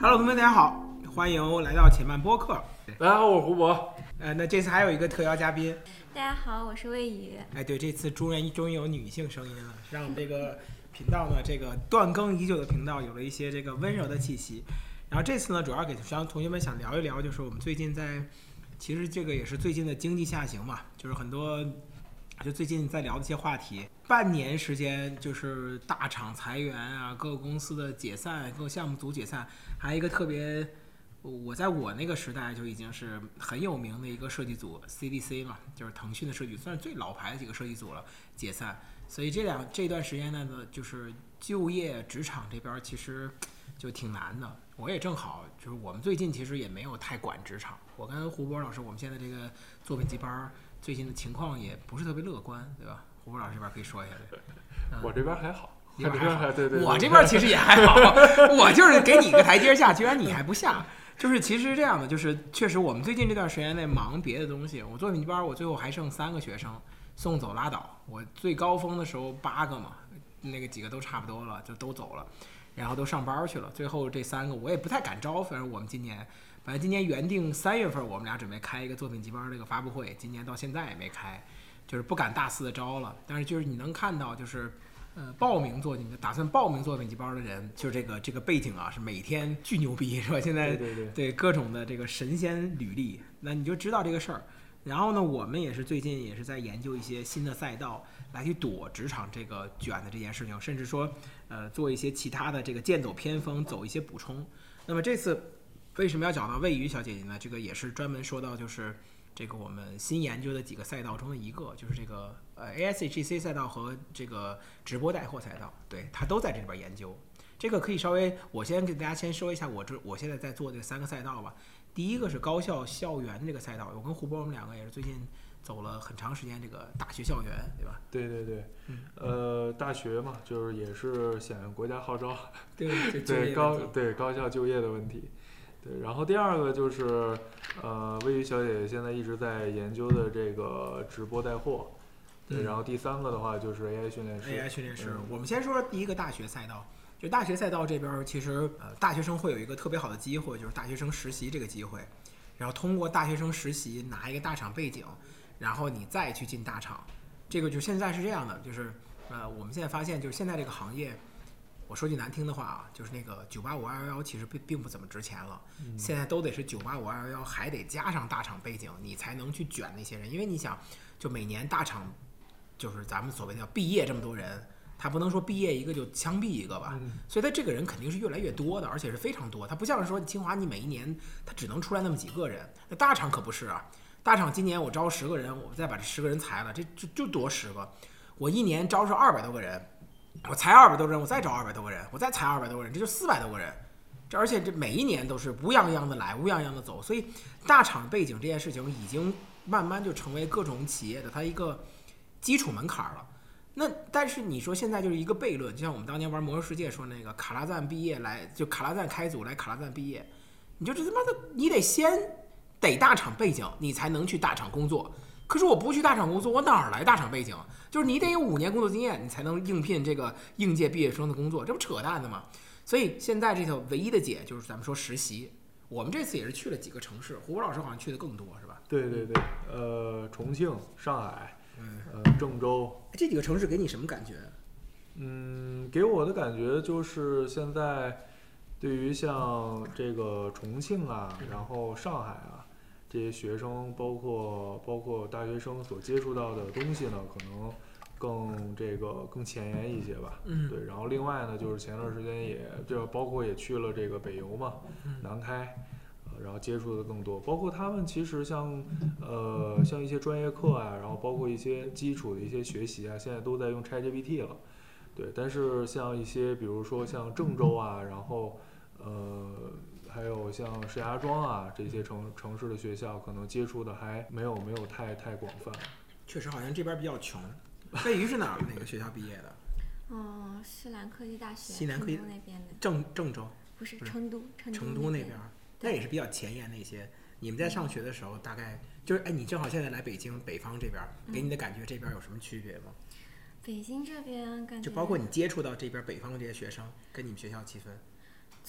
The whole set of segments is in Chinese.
Hello， 同学大家好，欢迎来到且慢播客。 大家好，我是胡博。 那这次还有一个特邀嘉宾。 大家好，我是魏宇。 对，这次终于有女性声音了，让我们这个频道呢，这个断更已久的频道有了一些这个温柔的气息。然后这次呢，主要给同学们想聊一聊，就是我们最近其实这个也是最近的经济下行嘛，就是很多就最近在聊的一些话题。半年时间就是大厂裁员啊，各个公司的解散，各个项目组解散，还有一个特别，我在我那个时代就已经是很有名的一个设计组 CDC 嘛，就是腾讯的设计组，算是最老牌的几个设计组了，解散。所以这段时间呢，就是就业职场这边其实就挺难的。我也正好就是我们最近其实也没有太管职场，我跟胡博老师我们现在这个作品集班最近的情况也不是特别乐观，对吧？胡博老师这边可以说一下这个。 我这边还好， 你这边还好， 对， 我这边其实也还好，我就是给你一个台阶下，居然你还不下。就是其实这样的，就是确实我们最近这段时间内忙别的东西。我作品集班我最后还剩3个学生，送走拉倒。我最高峰的时候8个嘛，那个几个都差不多了，就都走了，然后都上班去了。最后这3个我也不太敢招，反正我们今年原定3月份我们俩准备开一个作品集班这个发布会，今年到现在也没开，就是不敢大肆的招了。但是就是你能看到就是打算报名作品集班的人，就是这个背景啊，是每天巨牛逼，是吧？现在对各种的这个神仙履历，那你就知道这个事儿。然后呢，我们也是最近也是在研究一些新的赛道来去躲职场这个卷的这件事情，甚至说做一些其他的这个剑走偏锋，走一些补充。那么这次为什么要找到魏宇小姐姐呢？这个也是专门说到就是这个我们新研究的几个赛道中的一个，就是这个ASGC 赛道和这个直播带货赛道，对，他都在这里边研究。这个可以稍微，我先给大家先说一下我现在在做这3个赛道吧。第一个是高校校园这个赛道，我跟胡博我们2个也是最近走了很长时间这个大学校园，对吧？ 对，大学嘛，就是也是响应国家号召， 对高校就业的问题。对，然后第二个就是魏宇小姐姐现在一直在研究的这个直播带货。对，然后第3个的话就是 AI 训练师。 我们先说第一个大学赛道。就大学赛道这边，其实大学生会有一个特别好的机会，就是大学生实习这个机会，然后通过大学生实习拿一个大厂背景，然后你再去进大厂。这个就现在是这样的，就是我们现在发现，就是现在这个行业，我说句难听的话啊，就是那个985-211其实并不怎么值钱了，现在都得是985-211还得加上大厂背景，你才能去卷那些人。因为你想，就每年大厂就是咱们所谓的毕业这么多人。他不能说毕业一个就枪毙一个吧，所以他这个人肯定是越来越多的，而且是非常多。他不像是说清华，你每一年他只能出来那么几个人，那大厂可不是啊。大厂今年我招10个人，我再把这10个人裁了，这就多10个。我一年招是200多个人，我裁200多个人，我再招200多个人，我再裁200多个人，这就400多个人。而且这每一年都是乌泱泱的来，乌泱泱的走，所以大厂背景这件事情已经慢慢就成为各种企业的它一个基础门槛了。那但是你说现在就是一个悖论，就像我们当年玩魔兽世界说那个卡拉赞毕业来，就卡拉赞开组来卡拉赞毕业，你就这他妈的你得大厂背景，你才能去大厂工作。可是我不去大厂工作，我哪儿来大厂背景？就是你得有5年工作经验，你才能应聘这个应届毕业生的工作，这不扯淡的吗？所以现在这条唯一的解就是咱们说实习。我们这次也是去了几个城市，胡博老师好像去的更多是吧？ 对，重庆、上海。郑州， 这几个城市给你什么感觉？ 给我的感觉就是现在对于像这个重庆啊，然后上海啊这些学生，包括大学生所接触到的东西呢，可能更前沿一些吧。对。然后另外呢，就是前段时间就包括也去了这个北邮嘛，南开。然后接触的更多，包括他们其实像一些专业课啊，然后包括一些基础的一些学习啊，现在都在用 ChatGPT 了，对。但是像一些比如说像郑州啊，然后还有像石家庄啊这些城市的学校，可能接触的还没有太广泛。 确实好像这边比较穷。魏宇是哪个学校毕业的？ 西南科技大学。 西南科技那边的。 郑州？ 不是成都那边。那也是比较前沿的一些。你们在上学的时候，大概就是你正好现在来北京北方这边，给你的感觉这边有什么区别吗？ 北京这边感觉就包括你接触到这边北方的这些学生，跟你们学校气氛。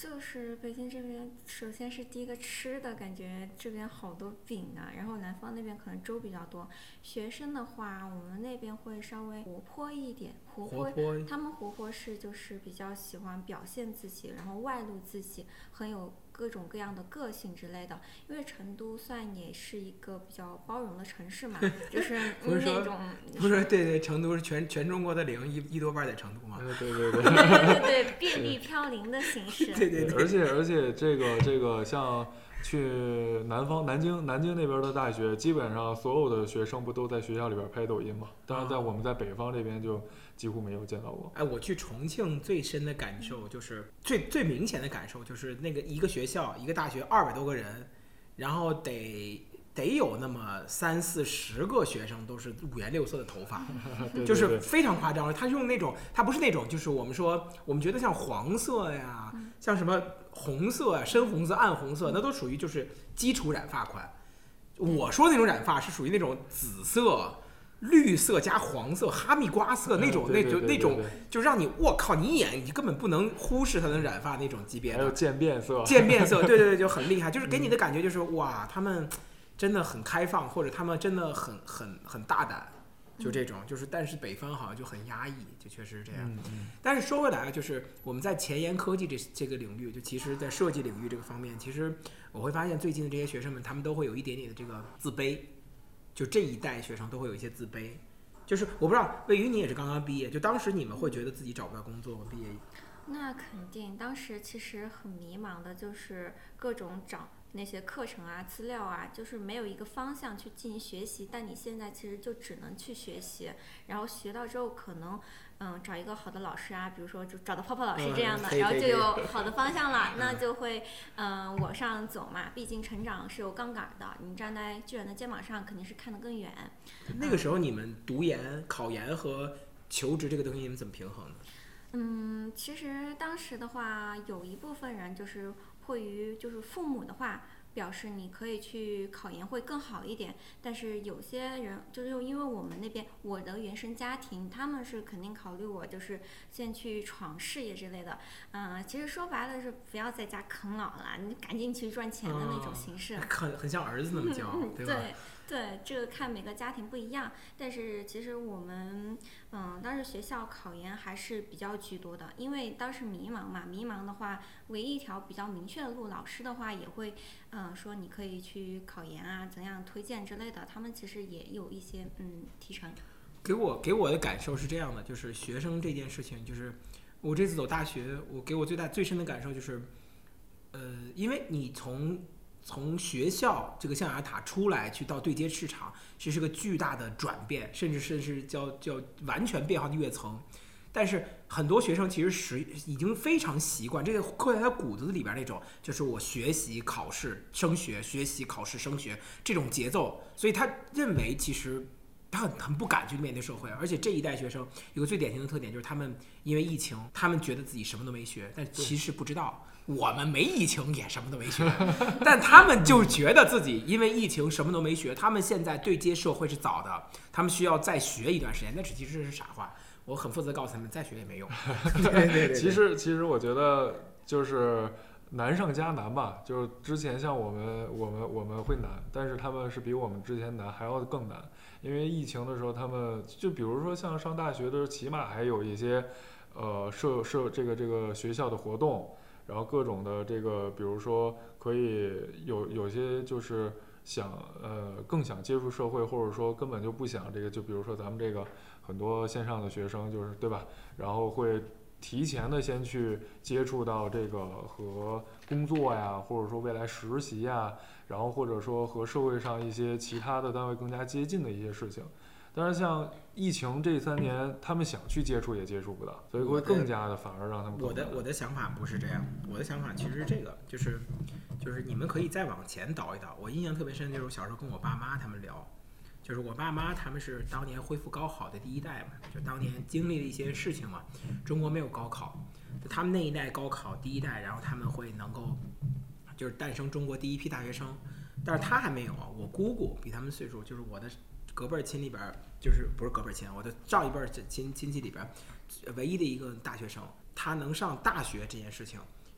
就是北京这边，首先是第一个吃的，感觉这边好多饼啊，然后南方那边可能粥比较多。学生的话，我们那边会稍微活泼一点，他们活泼是就是比较喜欢表现自己，然后外露自己，很有各种各样的个性之类的。因为成都算也是一个比较包容的城市嘛，就是那种不是对，成都是全中国的零，一多半在成都嘛。 对，便利飘零的形式。 对， 而且这个像去南京那边的大学，基本上所有的学生不都在学校里边拍抖音吗？当然，我们在北方这边就几乎没有见到过。 我去重庆最深的感受就是最明显的感受就是那个一个学校一个大学200多个人，然后得有那么30-40个学生都是5颜6色的头发，就是非常夸张。他用那种，他不是那种，就是我们觉得像黄色呀，像什么红色啊、深红色、暗红色，那都属于就是基础染发款。我说的那种染发是属于那种紫色、绿色加黄色、哈密瓜色那种，就让你我靠，你一眼你根本不能忽视它的染发那种级别的。 还有渐变色， 对，就很厉害，就是给你的感觉就是哇，他们真的很开放，或者他们真的很大胆，就这种，就是但是北方好像就很压抑，就确实是这样。但是说回来，就是我们在前沿科技这个领域，就其实在设计领域这个方面，其实我会发现最近的这些学生们，他们都会有一点点的这个自卑，就这一代学生都会有一些自卑。就是我不知道魏宇你也是刚刚毕业，就当时你们会觉得自己找不到工作吗？毕业？ 那肯定，当时其实很迷茫的，就是各种找那些课程啊、资料啊，就是没有一个方向去进行学习。但你现在其实就只能去学习，然后学到之后可能找一个好的老师啊，比如说就找到泡泡老师这样的，然后就有好的方向了，那就会往上走嘛。毕竟成长是有杠杆的，你站在巨人的肩膀上肯定是看得更远。 那个时候你们读研、考研和求职这个东西，你们怎么平衡呢？ 其实当时的话，有一部分人就是会于就是父母的话表示你可以去考研会更好一点，但是有些人就是因为我们那边我的原生家庭，他们是肯定考虑我就是先去闯事业之类的。其实说白了是不要在家啃老了，你赶紧去赚钱的那种形式。 很像儿子那么教，对吧？ 对，这个看每个家庭不一样，但是其实我们当时学校考研还是比较居多的，因为当时迷茫嘛，迷茫的话，唯一一条比较明确的路，老师的话也会说你可以去考研啊，怎样推荐之类的，他们其实也有一些提成。 给我的感受是这样的，就是学生这件事情，就是我这次走大学，给我最深的感受就是，因为你从学校这个象牙塔出来，去到对接市场，这是个巨大的转变，甚至是叫完全变化的跃层。但是很多学生其实已经非常习惯这个刻在他骨子里边那种，就是我学习考试升学，学习考试升学这种节奏，所以他认为其实他很不敢去面对社会。而且这一代学生有个最典型的特点，就是他们因为疫情，他们觉得自己什么都没学，但其实不知道我们没疫情也什么都没学，但他们就觉得自己因为疫情什么都没学，他们现在对接社会是早的，他们需要再学一段时间，那其实是傻话。我很负责告诉他们，再学也没用。对， 其实我觉得就是难上加难吧，就是之前像我们会难，但是他们是比我们之前难还要更难，因为疫情的时候，他们就比如说像上大学的时候，起码还有一些这个学校的活动。然后各种的这个，比如说可以有些就是更想接触社会，或者说根本就不想这个，就比如说咱们这个很多线上的学生，就是对吧？然后会提前的先去接触到这个和工作呀，或者说未来实习呀，然后或者说和社会上一些其他的单位更加接近的一些事情。但是像疫情这3年，他们想去接触也接触不到，所以会更加的反而让他们我的想法不是这样，我的想法其实是这个，就是你们可以再往前倒一倒。我印象特别深，就是我小时候跟我爸妈他们聊，就是我爸妈他们是当年恢复高考的第一代嘛，就当年经历了一些事情嘛，中国没有高考，他们那一代高考第一代，然后他们会能够就是诞生中国第一批大学生，但是他还没有。我姑姑比他们岁数，就是我的隔辈亲里边，就是不是隔辈亲，我的上一辈亲戚里边唯一的一个大学生，他能上大学这件事情，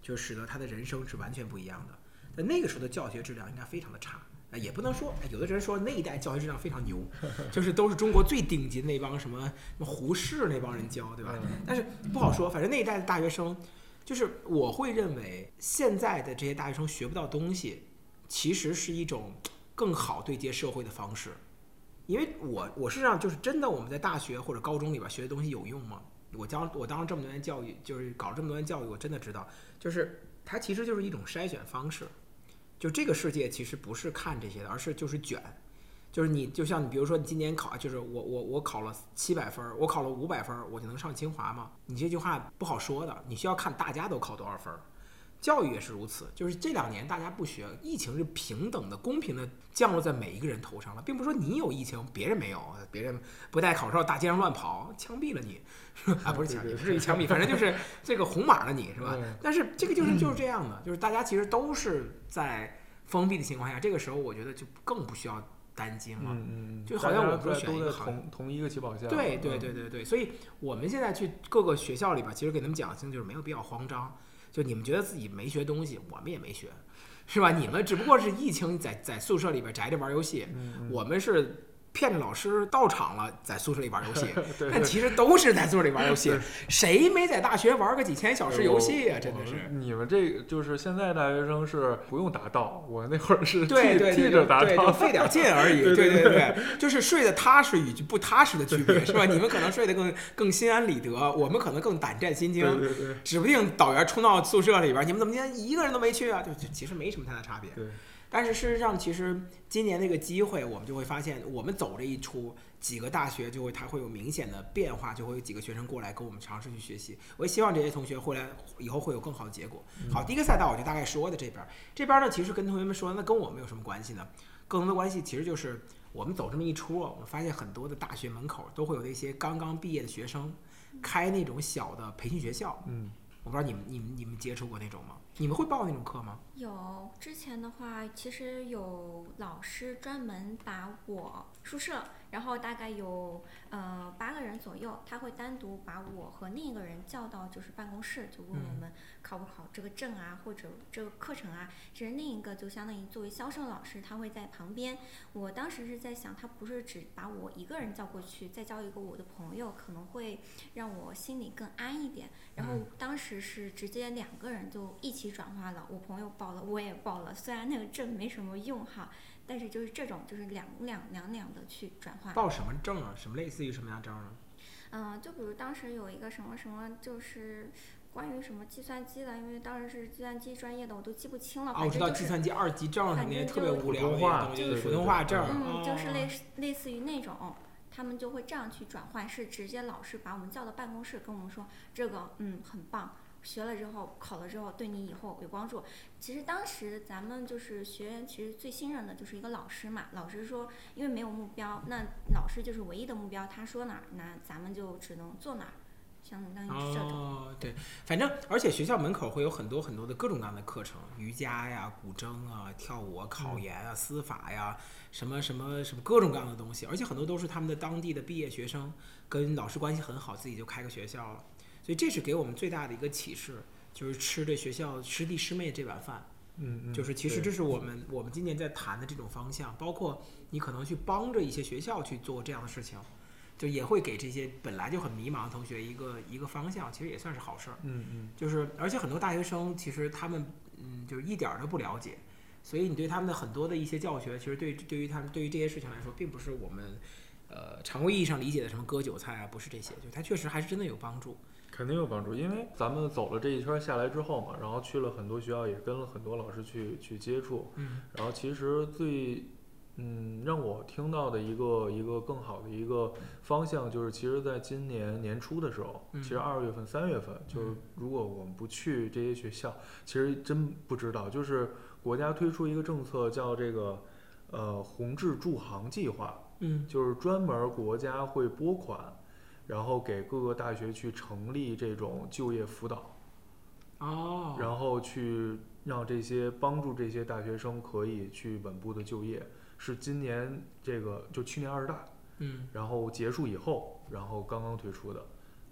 就使得他的人生是完全不一样的。但那个时候的教学质量应该非常的差，也不能说，有的人说那一代教学质量非常牛，就是都是中国最顶级的那帮什么胡适那帮人教，对吧？但是不好说，反正那一代的大学生，就是我会认为现在的这些大学生学不到东西，其实是一种更好对接社会的方式。因为我事实上就是真的，我们在大学或者高中里边学的东西有用吗？我当了这么多年教育，就是搞了这么多年教育，我真的知道，就是它其实就是一种筛选方式。就这个世界其实不是看这些的，而是就是卷，就是你就像你比如说你今年考，就是我考了700分，我考了500分，我就能上清华吗？你这句话不好说的，你需要看大家都考多少分。教育也是如此，就是这2年大家不学，疫情是平等的、公平的降落在每一个人头上了，并不是说你有疫情，别人没有，别人不戴口罩大街上乱跑，枪毙了你，啊不是枪毙，不是枪毙，反正就是这个红码了你是吧？但是这个就是这样的，就是大家其实都是在封闭的情况下，这个时候我觉得就更不需要担惊了，就好像我们说选一个同一个起跑线， 对，所以我们现在去各个学校里边，其实给他们讲清，就是没有必要慌张。就你们觉得自己没学东西，我们也没学，是吧？你们只不过是疫情在宿舍里边宅着玩游戏，我们是骗着老师到场了，在宿舍里玩游戏，但其实都是在宿舍里玩游戏。谁没在大学玩个几千小时游戏啊？真的是。 你们这个就是现在大学生是不用达到，我那会儿是对着达到， 就费点劲而已。对，就是睡得踏实与不踏实的区别，是吧？你们可能睡得更心安理得，我们可能更胆战心惊。 对， 指不定导员冲到宿舍里边，你们怎么今天一个人都没去啊？就其实没什么太大差别。 对。 但是事实上，其实今年那个机会，我们就会发现，我们走这一出，几个大学它会有明显的变化，就会有几个学生过来跟我们尝试去学习。我也希望这些同学以后会有更好的结果。好，第一个赛道我就大概说的这边呢，其实跟同学们说，那跟我们有什么关系呢？更多的关系其实就是我们走这么一出，我们发现很多的大学门口都会有那些刚刚毕业的学生开那种小的培训学校。我不知道你们接触过那种吗？你们会报那种课吗？ 有，之前的话其实有老师专门把我宿舍，然后大概有8个人左右，他会单独把我和另一个人叫到就是办公室，就问我们考不考这个证啊，或者这个课程啊。其实另一个就相当于作为销售老师，他会在旁边。我当时是在想，他不是只把我一个人叫过去，再叫一个我的朋友，可能会让我心里更安一点。然后当时是直接2个人就一起转化了，我朋友报了，我也报了。虽然那个证没什么用哈，但是就是这种就是两的去转化。 报什么证啊？什么类似于什么样证啊？就比如当时有一个什么，就是关于什么计算机的，因为当时是计算机专业的，我都记不清了。 我知道计算机2级证什么的，特别无聊的东西，普通话证。 就是类似于那种。他们就会这样去转换，是直接老师把我们叫到办公室跟我们说，这个很棒，学了之后考了之后对你以后有帮助。其实当时咱们就是学员，其实最信任的就是一个老师嘛。老师说，因为没有目标，那老师就是唯一的目标，他说哪儿，那咱们就只能做哪儿。相当于这种。 对，反正而且学校门口会有很多很多的各种各样的课程，瑜伽呀、古筝啊、跳舞啊、考研啊、司法呀，什么各种各样的东西，而且很多都是他们的当地的毕业学生，跟老师关系很好，自己就开个学校了。所以这是给我们最大的一个启示，就是吃这学校师弟师妹这碗饭。就是其实这是我们今年在谈的这种方向，包括你可能去帮着一些学校去做这样的事情。就也会给这些本来就很迷茫的同学一个方向，其实也算是好事儿。就是而且很多大学生其实他们就是一点都不了解，所以你对他们的很多的一些教学，其实对于他们对于这些事情来说，并不是我们常规意义上理解的什么割韭菜啊，不是这些，就它确实还是真的有帮助。 肯定有帮助，因为咱们走了这一圈下来之后嘛，然后去了很多学校，也跟了很多老师去接触。然后其实让我听到的一个更好的一个方向，就是其实在今年年初的时候，其实2月份、3月份，就是如果我们不去这些学校，其实真不知道，就是国家推出一个政策叫这个宏志助行计划，就是专门国家会拨款，然后给各个大学去成立这种就业辅导，然后去让帮助这些大学生可以去稳步的就业。是今年这个就去年20大，然后结束以后，然后刚刚推出的，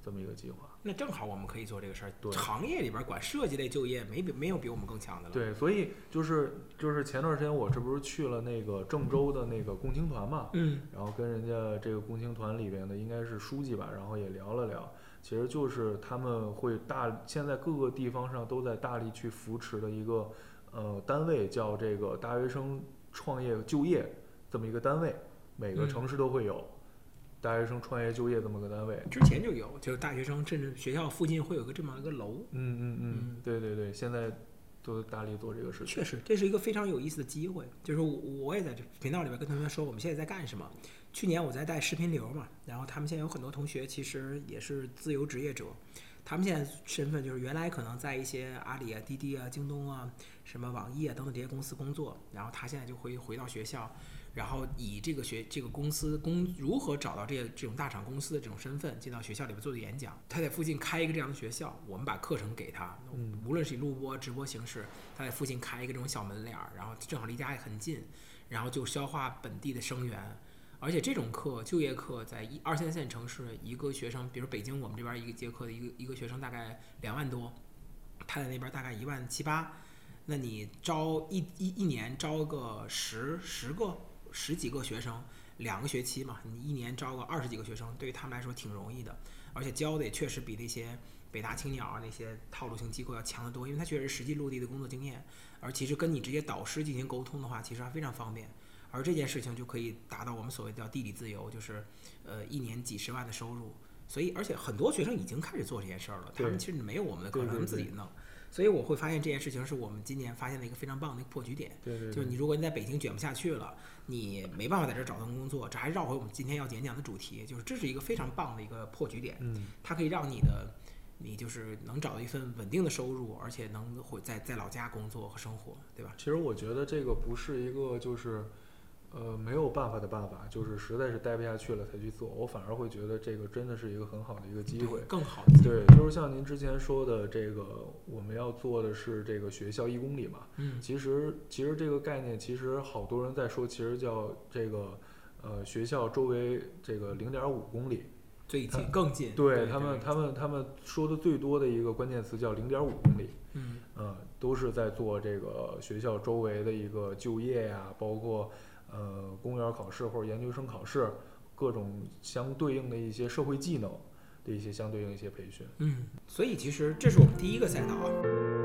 这么一个计划。 那正好我们可以做这个事儿。 对， 行业里边管设计类就业没有比我们更强的了。 对，所以就是前段时间我这不是去了那个郑州的那个共青团嘛，然后跟人家这个共青团里边的应该是书记吧，然后也聊了聊，其实就是他们会现在各个地方上都在大力去扶持的一个单位，叫这个大学生创业就业这么一个单位，每个城市都会有。大学生创业就业这么个单位， 之前就有，就是大学生甚至学校附近会有个这么一个楼。 对对对，现在都大力做这个事情。 确实，这是一个非常有意思的机会。就是我也在这频道里边跟同学说，我们现在在干什么。去年我在带视频流嘛，然后他们现在有很多同学其实也是自由职业者，他们现在身份就是原来可能在一些阿里啊、滴滴啊、京东啊、什么网易啊等等这些公司工作，然后他现在就会回到学校。然后以这个公司如何找到这种大厂公司的这种身份进到学校里边做演讲，他在附近开一个这样的学校，我们把课程给他，无论是以录播直播形式，他在附近开一个这种小门脸，然后正好离家也很近，然后就消化本地的生源。而且这种课就业课在2、3线城市一个学生，比如北京我们这边一个节课的一个学生大概2万多，他在那边大概1万7、8，那你招一年招个十几个学生，2个学期嘛，你一年招个20几个学生，对于他们来说挺容易的，而且教的也确实比那些北大青鸟啊那些套路性机构要强得多，因为他确实实际落地的工作经验，而其实跟你直接导师进行沟通的话，其实还非常方便。而这件事情就可以达到我们所谓的叫地理自由，就是一年几十万的收入。所以而且很多学生已经开始做这件事儿了，他们其实没有我们的课程，他们自己弄。所以我会发现这件事情是我们今年发现的一个非常棒的一个破局点。 对， 就是你如果你在北京卷不下去了，你没办法在这儿找到工作，这还绕回我们今天要演讲的主题，就是这是一个非常棒的一个破局点。它可以让你就是能找到一份稳定的收入，而且能会在老家工作和生活，对吧？ 其实我觉得这个不是一个就是没有办法的办法，就是实在是待不下去了才去做。我反而会觉得这个真的是一个很好的一个机会， 更好的机会。对，就是像您之前说的，这个我们要做的是这个学校1公里嘛。其实这个概念，其实好多人在说，其实叫这个学校周围这个0.5公里。 最近更近。 对，他们说的最多的一个关键词叫0.5公里。都是在做这个学校周围的一个就业呀，包括公务员考试或者研究生考试，各种相对应的一些社会技能的一些相对应一些培训。 所以其实这是我们第一个赛道啊。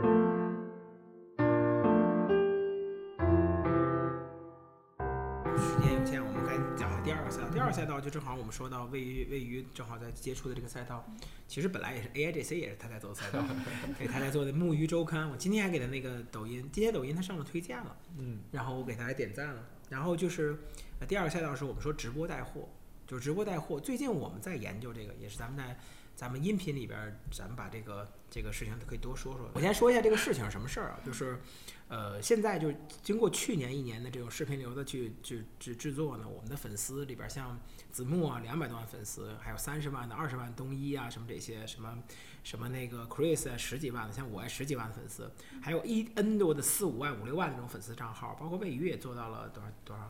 时间有限，我们该讲的第二个赛道。第二个赛道就正好我们说到位于正好在接触的这个赛道，其实本来也是 AIGC 也是他在做的赛道，对，他在做的木鱼周刊。我今天还给他那个抖音，今天抖音他上了推荐了，然后我给他还点赞了。然后就是第二个赛道是我们说直播带货，就是直播带货。最近我们在研究这个，也是咱们音频里边，咱们把这个事情可以多说说。我先说一下这个事情是什么事儿啊，就是现在就经过去年1年的这种视频流的去制作呢，我们的粉丝里边像子木啊200多万粉丝，还有30万的、20万东一啊什么这些什么那个 Chris 啊10几万的，像我10几万的粉丝，还有N 多的4、5万、5、6万的这种粉丝账号，包括魏宇也做到了多少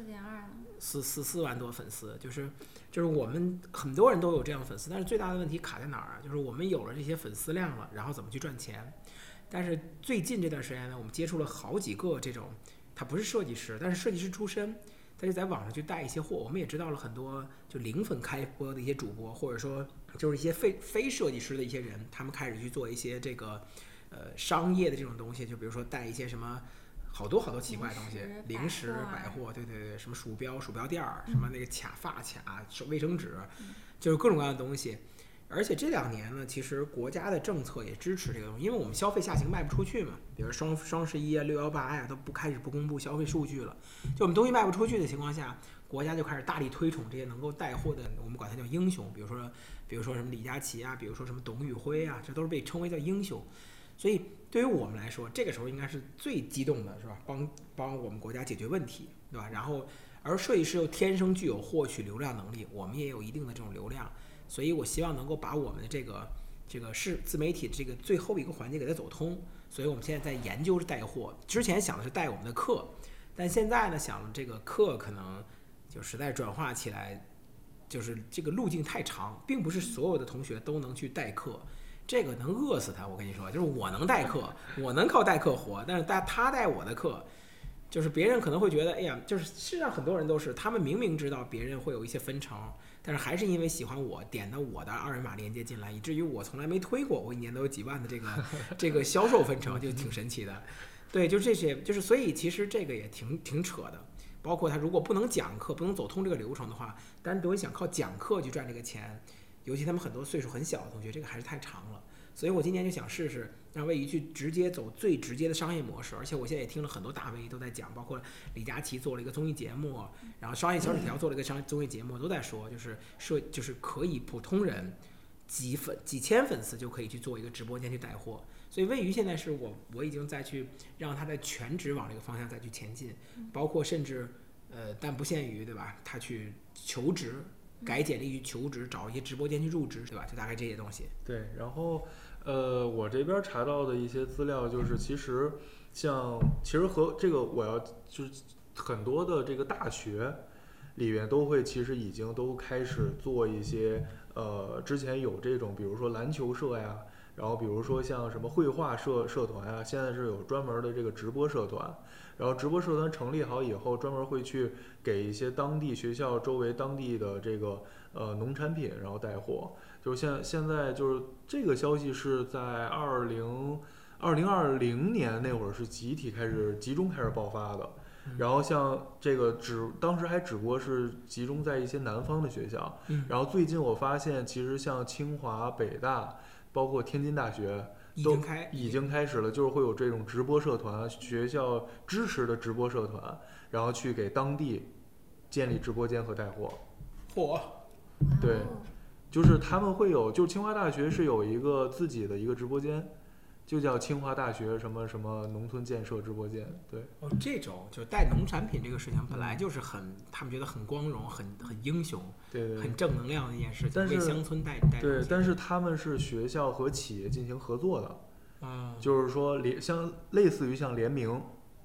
？4.2，4万多粉丝，就是我们很多人都有这样的粉丝，但是最大的问题卡在哪儿啊？就是我们有了这些粉丝量了，然后怎么去赚钱？但是最近这段时间呢，我们接触了好几个这种，他不是设计师，但是设计师出身，他就在网上去带一些货。我们也知道了很多就零粉开播的一些主播，或者说就是一些非设计师的一些人，他们开始去做一些这个商业的这种东西，就比如说带一些什么。好多奇怪的东西，零食百货，对，什么鼠标垫儿，什么那个发卡、卫生纸，就是各种各样的东西。而且这2年呢，其实国家的政策也支持这个东西，因为我们消费下行卖不出去嘛，比如双11啊、618呀，都开始不公布消费数据了。就我们东西卖不出去的情况下，国家就开始大力推崇这些能够带货的，我们管它叫英雄，比如说什么李佳琦啊，比如说什么董宇辉啊，这都是被称为叫英雄。所以对于我们来说，这个时候应该是最激动的，是吧？帮我们国家解决问题，对吧？然后，而设计师又天生具有获取流量能力，我们也有一定的这种流量，所以我希望能够把我们的这个是自媒体这个最后一个环节给它走通。所以我们现在在研究带货，之前想的是带我们的课，但现在呢想这个课可能就实在转化起来就是这个路径太长，并不是所有的同学都能去代课，这个能饿死他。我跟你说，就是我能代课，我能靠代课活，但是他代我的课，就是别人可能会觉得，哎呀，就是事实上很多人都是，他们明明知道别人会有一些分成，但是还是因为喜欢我，点的我的二维码链接进来，以至于我从来没推过，我一年都有几万的这个销售分成，就挺神奇的。对，就这些，就是所以其实这个也挺扯的。包括他如果不能讲课，不能走通这个流程的话，单独想靠讲课去赚这个钱，尤其他们很多岁数很小的同学，这个还是太长了。所以我今年就想试试让魏怡去直接走最直接的商业模式，而且我现在也听了很多大 V 都在讲，包括李佳琦做了一个综艺节目，然后商业小纸条做了一个综艺节目，都在说就是可以普通人几千粉丝就可以去做一个直播间去带货。所以魏瑜现在是我已经在去让他的全职往这个方向再去前进，包括甚至但不限于对吧？他去求职，改简历去求职，找一些直播间去入职，对吧？就大概这些东西。 对，然后我这边查到的一些资料就是，其实和这个我要就是很多的这个大学里面都会其实已经都开始做一些之前有这种比如说篮球社呀。然后比如说像什么绘画社团啊，现在是有专门的这个直播社团，然后直播社团成立好以后，专门会去给一些当地学校周围当地的这个农产品，然后带货。就是现在就是这个消息是在2020年那会儿是集中开始爆发的。然后像这个当时还只不过是集中在一些南方的学校，然后最近我发现其实像清华、北大。包括天津大学都已经开始了，就是会有这种直播社团，学校支持的直播社团，然后去给当地建立直播间和带货。对，就是他们会有，就是清华大学是有一个自己的一个直播间，就叫清华大学什么什么农村建设直播间。对， 这种就带农产品这个事情本来就是他们觉得很光荣、很英雄。 对， 很正能量的一件事情， 但是为乡村带对，但是他们是学校和企业进行合作的，就是说类似于像联名，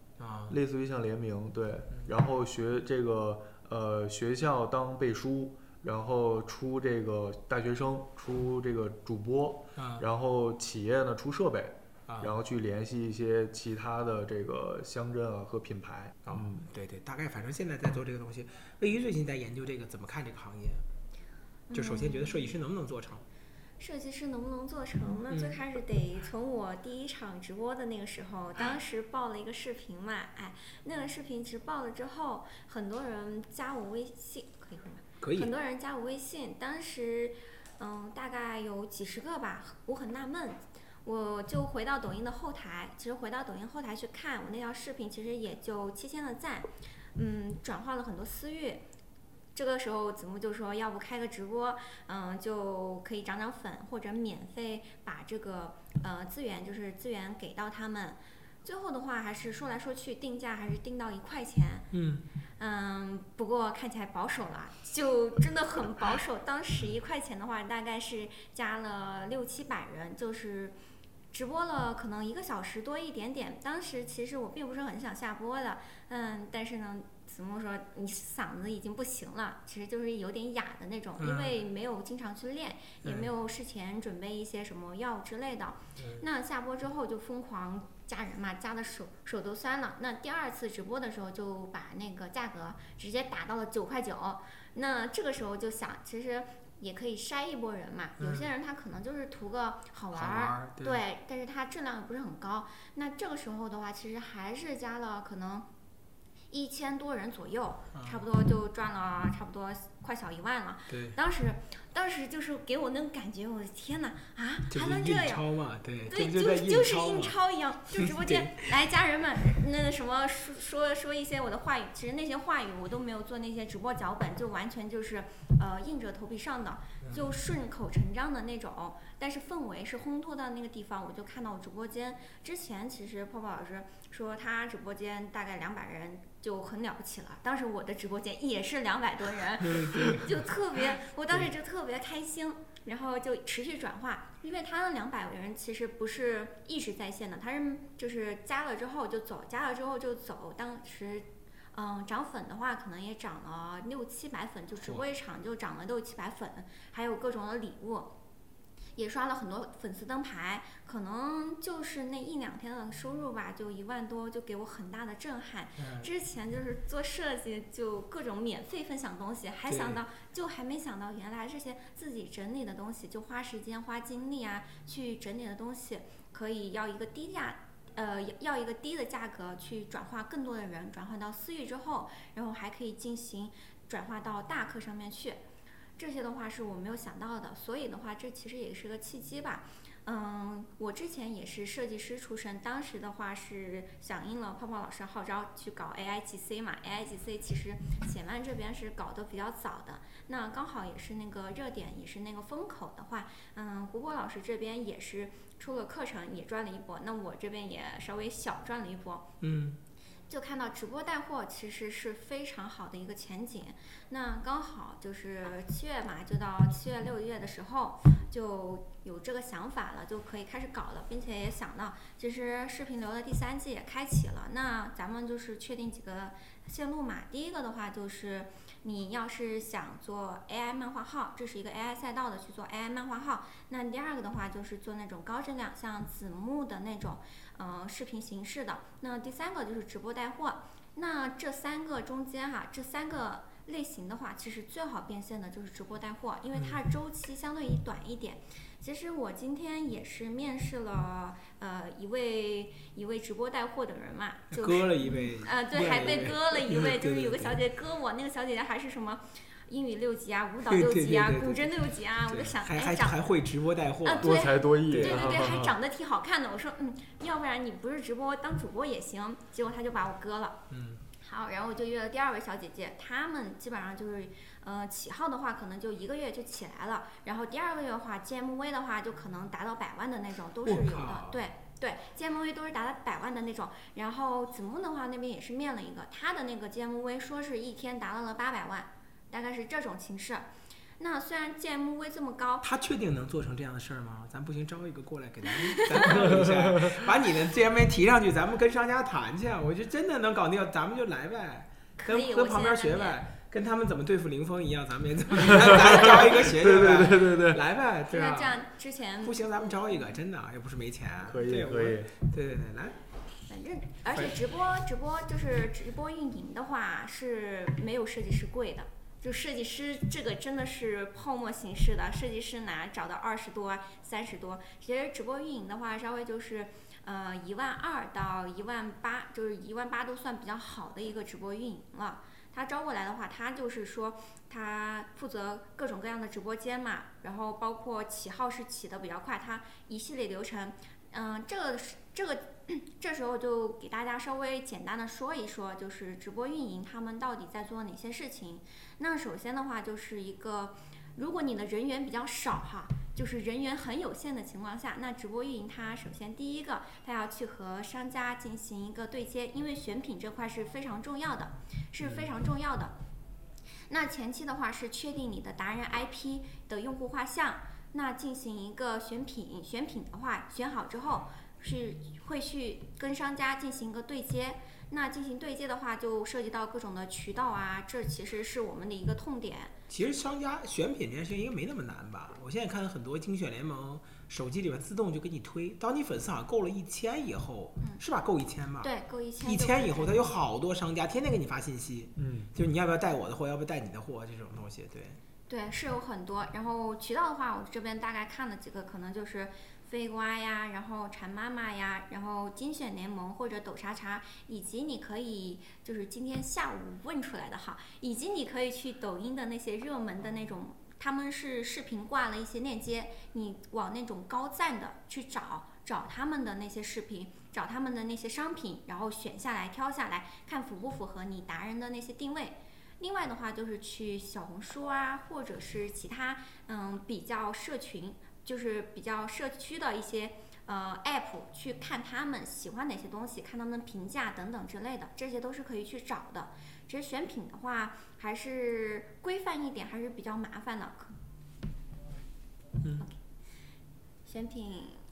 对，然后这个学校当背书，然后出这个大学生，出这个主播，然后企业呢出设备。然后去联系一些其他的这个乡镇啊和品牌。 对，大概反正现在在做这个东西。魏瑜最近在研究这个怎么看这个行业？就首先觉得设计师能不能做成？ 设计师能不能做成？那最开始得从我第一场直播的那个时候，当时报了一个视频嘛，那个视频其实报了之后，很多人加我微信，可以会吗？ 可以。 很多人加我微信，当时大概有几十个吧，我很纳闷。我就回到抖音的后台，其实回到抖音后台去看我那条视频，其实也就7000的赞，转化了很多私域。这个时候子木就说，要不开个直播，就可以涨粉，或者免费把这个资源给到他们。最后的话还是说来说去定价还是定到1块钱。不过看起来保守了，就真的很保守。当时1块钱的话，大概是加了600-700人，就是直播了可能1个小时多一点点。当时其实我并不是很想下播的，但是呢，子木说你嗓子已经不行了，其实就是有点哑的那种，因为没有经常去练，也没有事前准备一些什么药之类的。那下播之后就疯狂加人嘛，加的手都酸了。那第2次直播的时候就把那个价格直接打到了9块9。那这个时候就想，其实也可以筛一波人嘛。有些人他可能就是图个好玩，对，但是他质量也不是很高。那这个时候的话，其实还是加了可能1000多人左右，差不多就赚了差不多快小1万了。 对， 当时就是给我那种感觉，我的天哪啊，还能这样？ 对， 就是印钞一样，就直播间来家人们，那什么说一些我的话语，其实那些话语我都没有做那些直播脚本，就完全就是硬着头皮上的，就顺口成章的那种。但是氛围是烘托到那个地方，我就看到我直播间之前，其实泡泡老师说他直播间大概200人就很了不起了。当时我的直播间也是200多人，就我当时就特别开心，然后就持续转化，因为他的200人其实不是一直在线的，他是就是加了之后就走，加了之后就走。当时涨粉的话可能也涨了600-700粉，就直播一场就涨了600-700粉，还有各种的礼物。也刷了很多粉丝灯牌，可能就是那1-2天的收入吧，就1万多，就给我很大的震撼。之前就是做设计，就各种免费分享东西，还没想到原来这些自己整理的东西，就花时间花精力啊去整理的东西，可以要一个低的价格去转化更多的人，转换到私域之后，然后还可以进行转化到大课上面去。这些的话是我没有想到的，所以的话这其实也是个契机吧。我之前也是设计师出身，当时的话是响应了泡泡老师号召去搞 AIGC 嘛。AIGC 其实且慢这边是搞得比较早的，那刚好也是那个热点，也是那个风口的话，胡波老师这边也是出了课程，也赚了一波，那我这边也稍微小赚了一波。就看到直播带货其实是非常好的一个前景。那刚好就是7月嘛，就到7月6月的时候就有这个想法了，就可以开始搞了，并且也想到其实视频流的第3季也开启了，那咱们就是确定几个线路嘛。第一个的话就是你要是想做 AI 漫画号，这是一个 AI 赛道的去做 AI 漫画号。那第二个的话就是做那种高质量像子木的那种视频形式的。那第3个就是直播带货。那这3个中间这3个类型的话，其实最好变现的就是直播带货，因为它的周期相对于短一点。其实我今天也是面试了一位直播带货的人嘛，就是割了一位， 对，还被割了一位，就是有个小姐姐割我，那个小姐姐还是什么英语6级啊，舞蹈6级啊，古筝6级啊，我就想还会直播带货， 多才多艺， 对，还长得挺好看的。我说要不然你不是直播当主播也行，结果他就把我割了。好，然后我就约了第2位小姐姐，她们基本上就是起号的话可能就1个月就起来了，然后第2个月的话 GMV 的话就可能达到100万的那种都是有的。对GMV 都是达到100万的那种。然后子木的话那边也是面了一个，他的那个 GMV 说是一天达到了800万，大概是这种形式。那虽然 GMV 这么高， 他确定能做成这样的事儿吗？咱不行招一个过来给咱弄一下，把你的 GMV 提上去，咱们跟商家谈去。我觉得真的能搞定，咱们就来呗，跟旁边学呗，跟他们怎么对付林峰一样，咱们也怎么，咱招一个学学呗， 对， 来呗，对吧？ 这样之前不行，咱们招一个，真的又不是没钱， 可以， 对，来。 反正而且直播就是直播运营的话是没有设计师贵的。就设计师这个真的是泡沫形式的，设计师找到20多、30多。其实直播运营的话，稍微就是12000到18000，就是18000都算比较好的一个直播运营了。他招过来的话，他就是说他负责各种各样的直播间嘛，然后包括起号是起的比较快，他一系列流程。这时候就给大家稍微简单的说一说，就是直播运营他们到底在做哪些事情。那首先的话就是一个，如果你的人员比较少就是人员很有限的情况下，那直播运营它首先第一个，它要去和商家进行一个对接，因为选品这块是非常重要的，那前期的话是确定你的达人 IP 的用户画像，那进行一个选品的话，选好之后是会去跟商家进行一个对接。那进行对接的话，就涉及到各种的渠道这其实是我们的一个痛点。 其实商家选品这件事情应该没那么难吧？我现在看很多精选联盟手机里面自动就给你推，当你粉丝好像够了1000以后，是吧？够1000吧？ 对，够1000。 1000以后，他有好多商家天天给你发信息，就是你要不要带我的货，要不要带你的货这种东西， 对，是有很多。然后渠道的话，我这边大概看了几个，可能就是飞瓜呀，然后馋妈妈呀，然后精选联盟或者抖查查，以及你可以就是今天下午问出来的以及你可以去抖音的那些热门的那种，他们是视频挂了一些链接，你往那种高赞的去找他们的那些视频，找他们的那些商品，然后选下来挑下来，看符不符合你达人的那些定位。另外的话就是去小红书或者是其他比较社群，就是比较社区的一些app 去看他们喜欢哪些东西，看他们评价等等之类的，这些都是可以去找的。其实选品的话还是规范一点，还是比较麻烦的。选品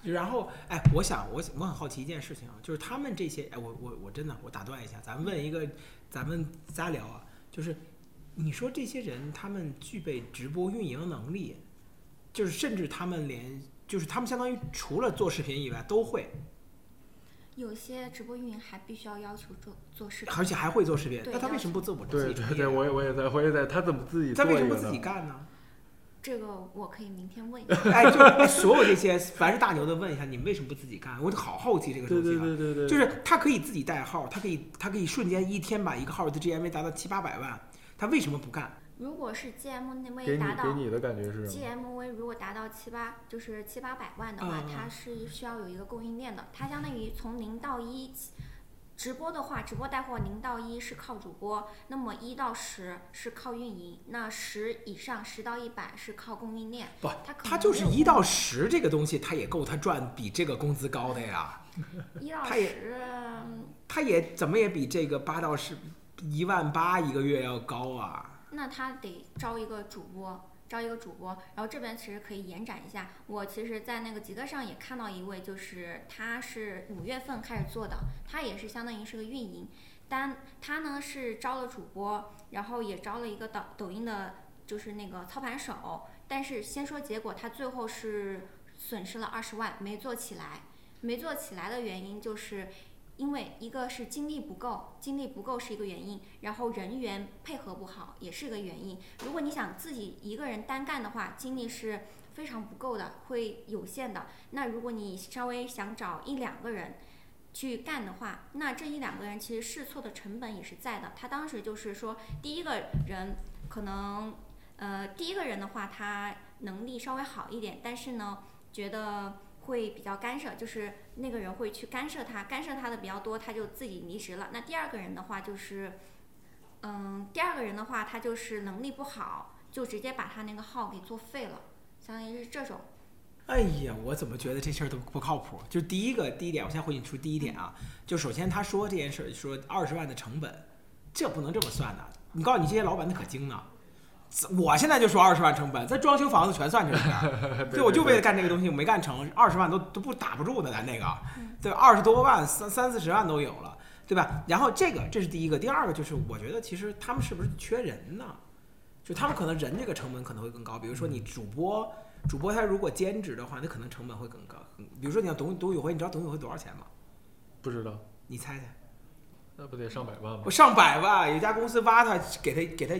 然后，哎，我很好奇一件事情啊，就是他们这些，哎，我真的我打断一下，咱们仨聊啊，就是你说这些人他们具备直播运营能力，就是甚至他们就是他们相当于除了做视频以外都会， 有些直播运营还必须要求做视频， 而且还会做视频， 对那他为什么不自己对创业？ 对，我也在，他怎么自己他做一个呢？ 为什么不自己干呢？ 这个我可以明天问一下。 哎，就所有这些凡是大牛的问一下，你们为什么不自己干？我好好奇这个东西啊。 对， 就是他可以自己带号，他可以瞬间一天把一个号的 GMV 达到700-800万，他为什么不干？ 如果是 GMV 给达到你的感觉是 GMV 如果达到700-800万的话，它是需要有一个供应链的，它相当于从0到1。直播的话，直播带货0到1是靠主播，那么1到10是靠运营，那10以上10到100是靠供应链。 不，他就是1到10这个东西，他也够他赚比这个工资高的呀。 1到10， 他也怎么也比这个8到10，18000一个月要高啊。 那他得招一个主播，然后这边其实可以延展一下。我其实，在那个极客上也看到一位，就是他是5月份开始做的，他也是相当于是个运营，但他呢是招了主播，然后也招了一个抖音的，就是那个操盘手。但是先说结果，他最后是损失了20万，没做起来。没做起来的原因就是因为一个是精力不够是一个原因，然后人员配合不好也是个原因。如果你想自己一个人单干的话，精力是非常不够的，会有限的。那如果你稍微想找1-2个人去干的话，那这1-2个人其实试错的成本也是在的。他当时就是说，第一个人可能第一个人的话他能力稍微好一点，但是呢觉得会比较干涉，就是那个人会去干涉他的比较多，他就自己离职了。那第二个人的话就是他就是能力不好，就直接把他那个号给作废了，相当于是这种。 哎呀，我怎么觉得这事儿都不靠谱？就第一点，我先回你出第一点啊，就首先他说这件事儿，说20万的成本，这不能这么算的。你告诉你这些老板那可精呢。我现在就说20万成本，咱装修房子全算这里边，对，我就为了干这个东西，我没干成，20万都不打不住的，咱那个，对，20多万、30-40万都有了，对吧？然后这是第一个，第二个就是我觉得其实他们是不是缺人呢？就他们可能人这个成本可能会更高，比如说你主播他如果兼职的话，那可能成本会更高。比如说你像董宇辉，你知道董宇辉多少钱吗？ 不知道， 你猜猜？ 那不得上百万吗？ 上百万，有一家公司挖他，给他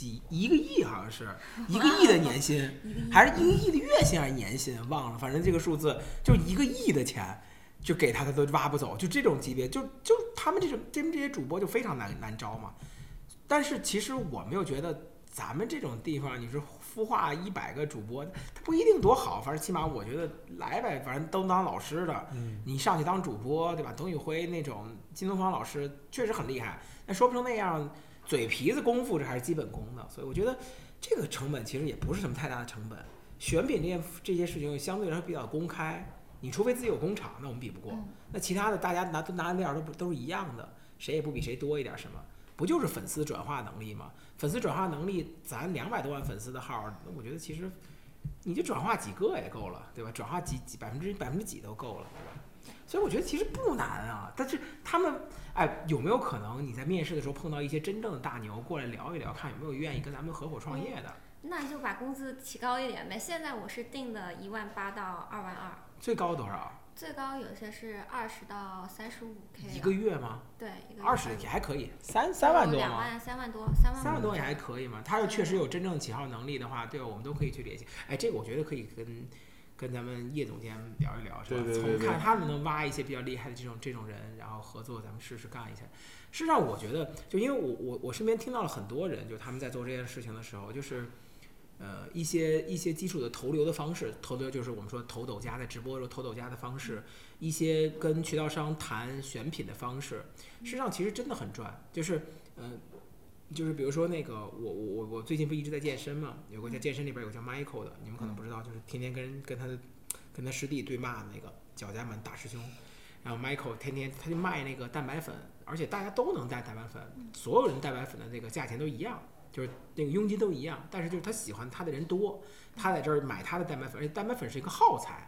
1个亿，好像是1个亿的年薪，还是1个亿的月薪还是年薪，忘了，反正这个数字就1个亿的钱，就给他都挖不走，就这种级别，就他们这些主播就非常难招嘛。但是其实我没有觉得咱们这种地方，你说孵化100个主播，他不一定多好，反正起码我觉得来呗，反正都当老师的，你上去当主播，对吧？董宇辉那种金东方老师确实很厉害，但说不成那样。嘴皮子功夫这还是基本功的，所以我觉得这个成本其实也不是什么太大的成本。选品这些事情相对来说比较公开，你除非自己有工厂，那我们比不过。那其他的大家拿的料都是一样的，谁也不比谁多一点什么，不就是粉丝转化能力吗？粉丝转化能力，咱200多万粉丝的号，那我觉得其实你就转化几个也够了，对吧？转化百分之几都够了，对吧？所以我觉得其实不难啊，但是他们有没有可能你在面试的时候碰到一些真正的大牛过来聊一聊，看有没有愿意跟咱们合伙创业的？ 那就把工资提高一点呗。现在我是定的18000到22000。 最高多少？ 最高有些是20到35K。 一个月吗？ 对，一个月。 20也还可以，3万多吗？ 2万、3万多 ，3万多也还可以嘛。他要确实有真正起号能力的话，对吧？我们都可以去联系。哎，这个我觉得可以跟咱们叶总监聊一聊，是吧？ 对， 从看他们能挖一些比较厉害的这种人，然后合作，咱们试试干一下。事实上，我觉得，就因为我身边听到了很多人，就他们在做这件事情的时候，就是一些基础的投流的方式，投流就是我们说投抖加在直播的时候投抖加的方式，一些跟渠道商谈选品的方式，事实上其实真的很赚，就是比如说那个我最近不一直在健身嘛，有个在健身里边有个叫 Michael 的，你们可能不知道，就是天天跟他师弟对骂的那个脚家门大师兄，然后 Michael 天天他就卖那个蛋白粉，而且大家都能带蛋白粉，所有人蛋白粉的那个价钱都一样，就是那个佣金都一样，但是就是他喜欢他的人多，他在这儿买他的蛋白粉，而且蛋白粉是一个耗材，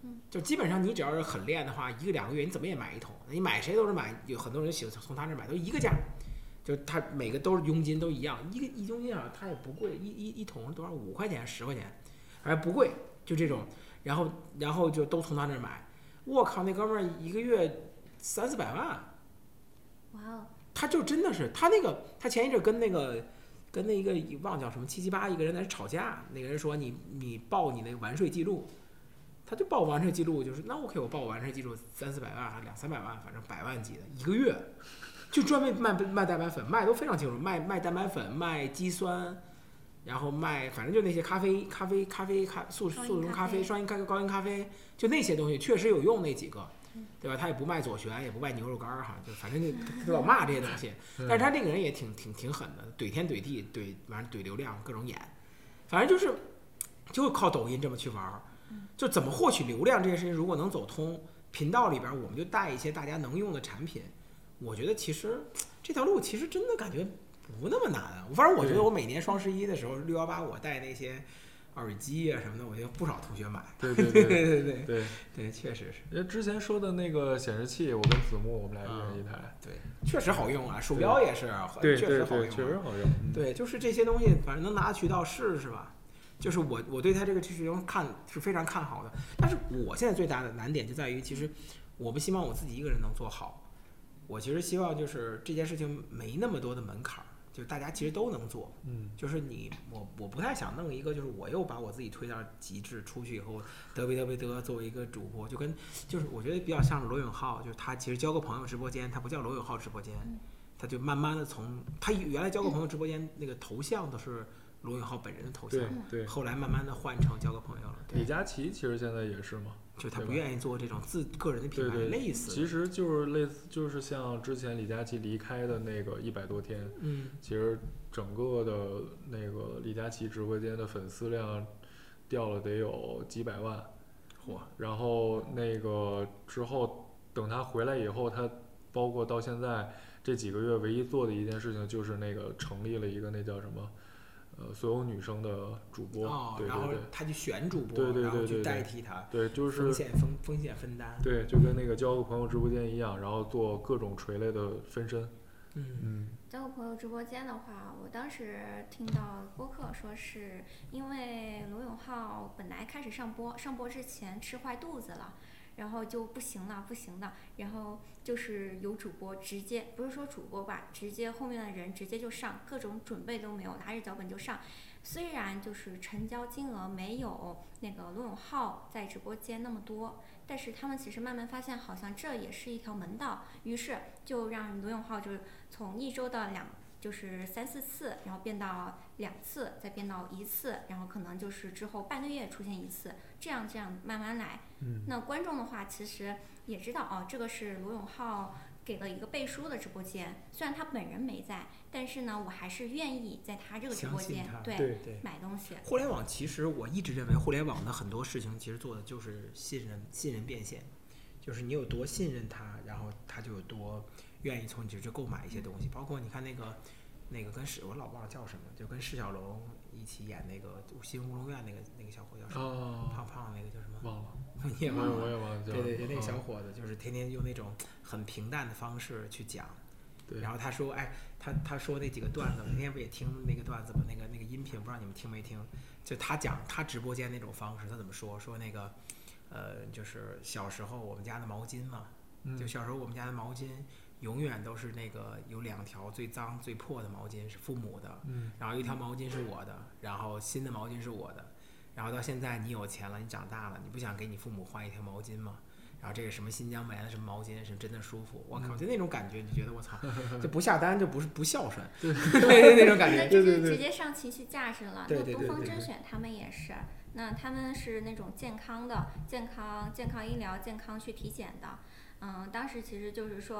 就基本上你只要是很练的话，1个2个月你怎么也买一桶。你买谁都是买，有很多人喜欢从他那儿买，都一个价，就他每个都是佣金都一样，一佣金啊，它也不贵，一桶多少5块钱10块钱，还不贵，就这种，然后就都从他那儿买。我靠，那哥们儿一个月300-400万， 哇哦！ 他就真的是他前一阵跟那个忘叫什么778一个人在那吵架，那个人说你报你那个完税记录。他就报完税记录，就是那 OK， 我报完税记录300-400万，还200-300万，反正100万级的，一个月，就专门卖蛋白粉，卖都非常清楚，卖蛋白粉，卖肌酸，然后卖反正就那些咖啡、速溶咖啡、双因咖啡、高因咖啡，就那些东西确实有用那几个，对吧？他也不卖左旋，也不卖牛肉干哈，就反正就老骂这些东西。但是他这个人也挺狠的，怼天怼地完了怼流量，各种演，反正就是靠抖音这么去玩。就怎么获取流量这件事情，如果能走通，频道里边我们就带一些大家能用的产品，我觉得其实这条路其实真的感觉不那么难啊。反正我觉得我每年双11的时候618我带那些耳机啊什么的，我觉得不少同学买。 对， 确实是。 因为之前说的那个显示器，我跟子木我们俩一人一台， 对，确实好用啊，鼠标也是， 对， 确实好用， 确实好用。 对，就是这些东西，反正能拿渠道试试吧。就是我对他这个事情是非常看好的，但是我现在最大的难点就在于，其实我不希望我自己一个人能做好，我其实希望就是这件事情没那么多的门槛，就是大家其实都能做，就是我不太想弄一个就是我又把我自己推到极致，出去以后嘚作为一个主播，就是我觉得比较像罗永浩，就是他其实交个朋友直播间，他不叫罗永浩直播间，他就慢慢的从他原来交个朋友直播间那个头像都是罗永浩本人的头像， 对， 后来慢慢的换成交个朋友了。 李佳琦其实现在也是嘛， 就他不愿意做这种个人的品牌，类似。 其实就是类似，就是像之前李佳琦离开的那个100多天，其实整个的那个李佳琦直播间的粉丝量掉了得有几百万，然后那个之后等他回来以后，他包括到现在这几个月唯一做的一件事情就是那个成立了一个那叫什么。所有女生的主播，对， 然后他去选主播， 对， 然后去代替他， 对，就是风险分担， 对，就跟那个交个朋友直播间一样，然后做各种垂类的分身。 交个朋友直播间的话，我当时听到播客说是因为罗永浩本来开始上播之前吃坏肚子了。然后就不行了，然后就是有主播直接，不是说主播吧，直接后面的人直接就上，各种准备都没有，拿着脚本就上。虽然就是成交金额没有那个罗永浩在直播间那么多，但是他们其实慢慢发现，好像这也是一条门道，于是就让罗永浩就是从1周到就是3-4次，然后变到2次，再变到1次，然后可能就是之后半个月出现1次，这样慢慢来。那观众的话其实也知道这个是罗永浩给了一个背书的直播间，虽然他本人没在，但是呢我还是愿意在他这个直播间对买东西。 互联网其实我一直认为互联网的很多事情其实做的就是信任变现，就是你有多信任他，然后他就有多愿意从你这购买一些东西。包括你看那个跟我老忘了叫什么，就跟释小龙一起演那个新乌龙院那个小伙叫什么？胖那个叫什么？ 忘了。 你也忘了？ 我也忘了。 对，那个小伙子就是天天用那种很平淡的方式去讲。 对。 然后他说，他说那几个段子，我那天不也听那个段子吗？那个音频，不知道你们听没听？就他讲他直播间那种方式，他怎么说那个，就是小时候我们家的毛巾嘛，就小时候我们家的毛巾永远都是那个有2条最脏最破的毛巾是父母的，然后1条毛巾是我的，然后新的毛巾是我的。然后到现在你有钱了，你长大了，你不想给你父母换1条毛巾吗？然后这个什么新疆棉的什么毛巾是真的舒服，我靠，就那种感觉，你觉得我操，就不下单就不孝顺，对那种感觉， 那就是直接上情绪价值了。 对， 那东方甄选他们也是，那他们是那种健康医疗、健康去体检的。当时其实就是说，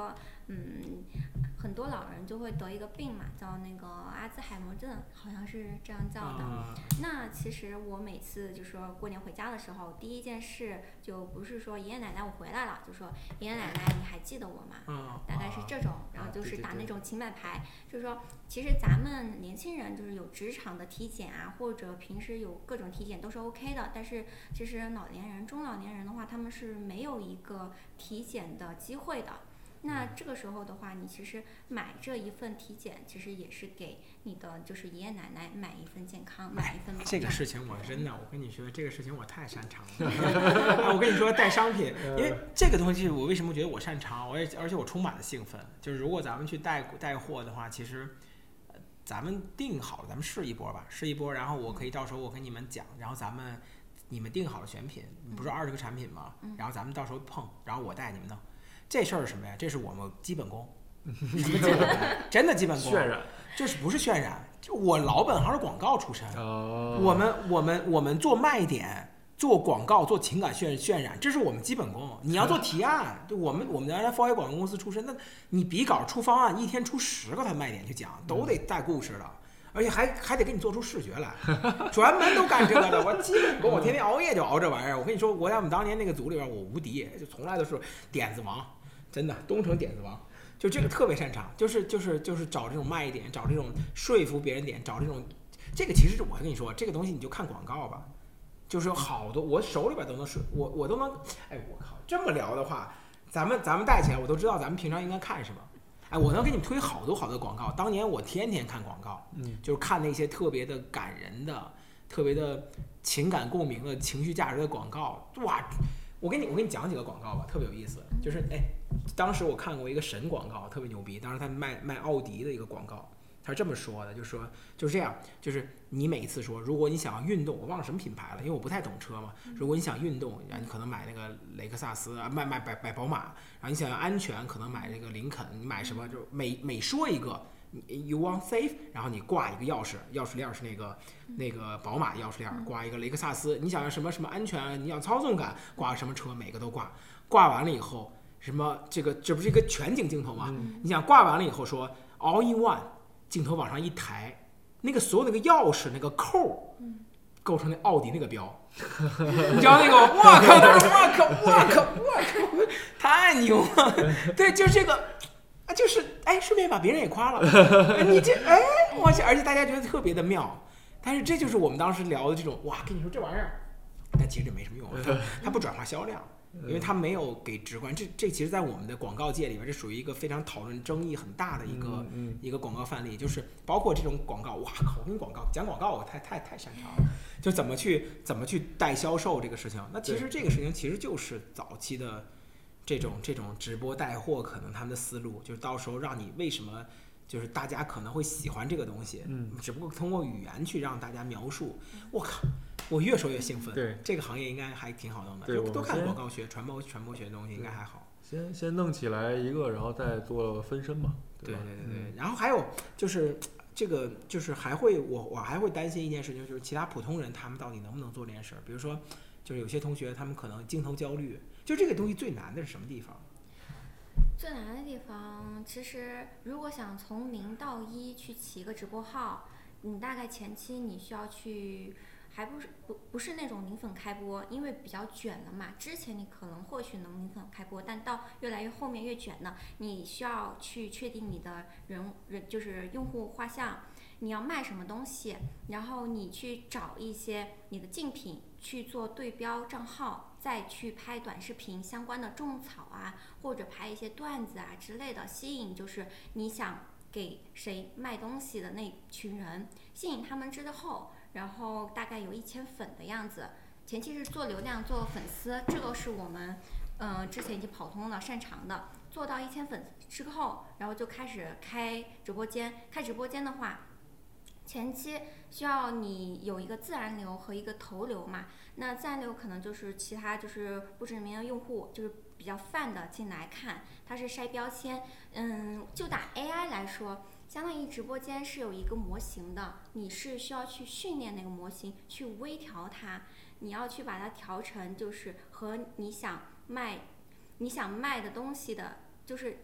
很多老人就会得一个病嘛，叫那个阿兹海默症，好像是这样叫的。那其实我每次就说过年回家的时候，第一件事就不是说爷爷奶奶我回来了，就说爷爷奶奶你还记得我吗？大概是这种，然后就是打那种情感牌，就是说其实咱们年轻人就是有职场的体检啊，或者平时有各种体检都是 OK 的，但是其实老年人、中老年人的话，他们是没有一个体检的机会的。那这个时候的话，你其实买这一份体检，其实也是给你的就是爷爷奶奶买一份健康，买一份保障。 这个事情我真的，我跟你说，这个事情我太擅长了。我跟你说，带商品，因为这个东西我为什么觉得我擅长，而且我充满了兴奋。就是如果咱们去带货的话，其实咱们定好了，咱们试一波吧，然后我可以到时候我跟你们讲，然后你们定好了选品，不是20个产品吗？然后咱们到时候碰，然后我带你们弄。这事儿是什么呀？这是我们基本功，什么基本功？真的基本功。 渲染， 就是不是渲染？就我老本行是广告出身，我们做卖点、做广告、做情感渲染，这是我们基本功。你要做提案，就我们原来 4A 广告公司出身，那你比稿出方案，一天出10个他卖点去讲，都得带故事的。而且还得给你做出视觉来，专门都干这个的。我基本功，我天天熬夜就熬这玩意儿。我跟你说，我在我们当年那个组里边，我无敌，就从来都是点子王，真的东城点子王。就这个特别擅长，就是找这种卖点，找这种说服别人点，找这种这个其实我跟你说，这个东西你就看广告吧，就是有好多我手里边都能是，我都能，哎我靠，这么聊的话，咱们带起来，我都知道咱们平常应该看什么。哎，我能给你们推好多广告。当年我天天看广告，就是看那些特别的感人的、特别的情感共鸣的、情绪价值的广告。哇，我给你讲几个广告吧，特别有意思。就是当时我看过一个神广告，特别牛逼。当时他卖奥迪的一个广告，他是这么说的，就是说就是这样，就是你每一次说，如果你想要运动，我忘了什么品牌了，因为我不太懂车嘛。如果你想运动，你可能买那个雷克萨斯，买宝马。然后你想要安全，可能买这个林肯，你买什么就每说一个 ，you want safe， 然后你挂一个钥匙链是那个宝马钥匙链，挂一个雷克萨斯，你想要什么安全，你想操纵感，挂什么车，每个都挂完了以后，什么这不是一个全景镜头吗？你想挂完了以后说 all in one， 镜头往上一抬，那个所有那个钥匙那个扣，构成那奥迪那个标。你知道那个，我靠，太牛了！对，就是这个，就是顺便把别人也夸了。你这我去，而且大家觉得特别的妙。但是这就是我们当时聊的这种，哇，跟你说这玩意儿，但其实这没什么用，它不转化销量。因为它没有给直观，这其实，在我们的广告界里边，这属于一个非常讨论争议很大的一个广告范例，就是包括这种广告，哇靠，我跟你讲广告，我太擅长了，就怎么去带销售这个事情。那其实这个事情其实就是早期的这种直播带货，可能他们的思路就是到时候让你为什么就是大家可能会喜欢这个东西，只不过通过语言去让大家描述。我靠！我越说越兴奋。 对， 这个行业应该还挺好弄的。对，多看广告学、传播学的东西应该还好。 先弄起来一个，然后再做分身嘛。 对。然后还有就是这个就是我还会担心一件事情，就是其他普通人他们到底能不能做这件事儿。比如说，就是有些同学他们可能镜头焦虑，就这个东西最难的是什么地方？ 最难的地方，其实如果想从0到1去起一个直播号，你大概前期你需要去。还不是那种零粉开播，因为比较卷了嘛。之前你可能或许能零粉开播，但到越来越后面越卷了，你需要去确定你的人就是用户画像，你要卖什么东西，然后你去找一些你的竞品去做对标账号，再去拍短视频相关的种草啊，或者拍一些段子啊之类的，吸引就是你想给谁卖东西的那群人，吸引他们之后。然后大概有1000粉的样子，前期是做流量做粉丝，这个是我们之前已经跑通了擅长的。做到1000粉之后，然后就开始开直播间。开直播间的话，前期需要你有一个自然流和一个投流嘛。那自然流可能就是其他就是不知名的用户，就是比较泛的进来看，它是筛标签。就打 AI 来说。相当于直播间是有一个模型的，你是需要去训练那个模型，去微调它，你要去把它调成就是和你想卖的东西的，就是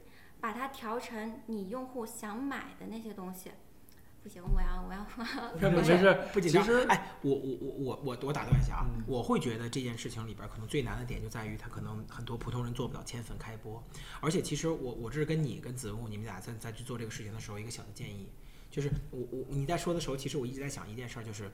把它调成你用户想买的那些东西。不行，我要没事， 不紧张。 其实哎，我打断一下啊，我会觉得这件事情里边可能最难的点就在于它可能很多普通人做不了千粉开播，而且其实我这是跟你跟子木你们俩在去做这个事情的时候一个小的建议，就是你在说的时候，其实我一直在想一件事，就是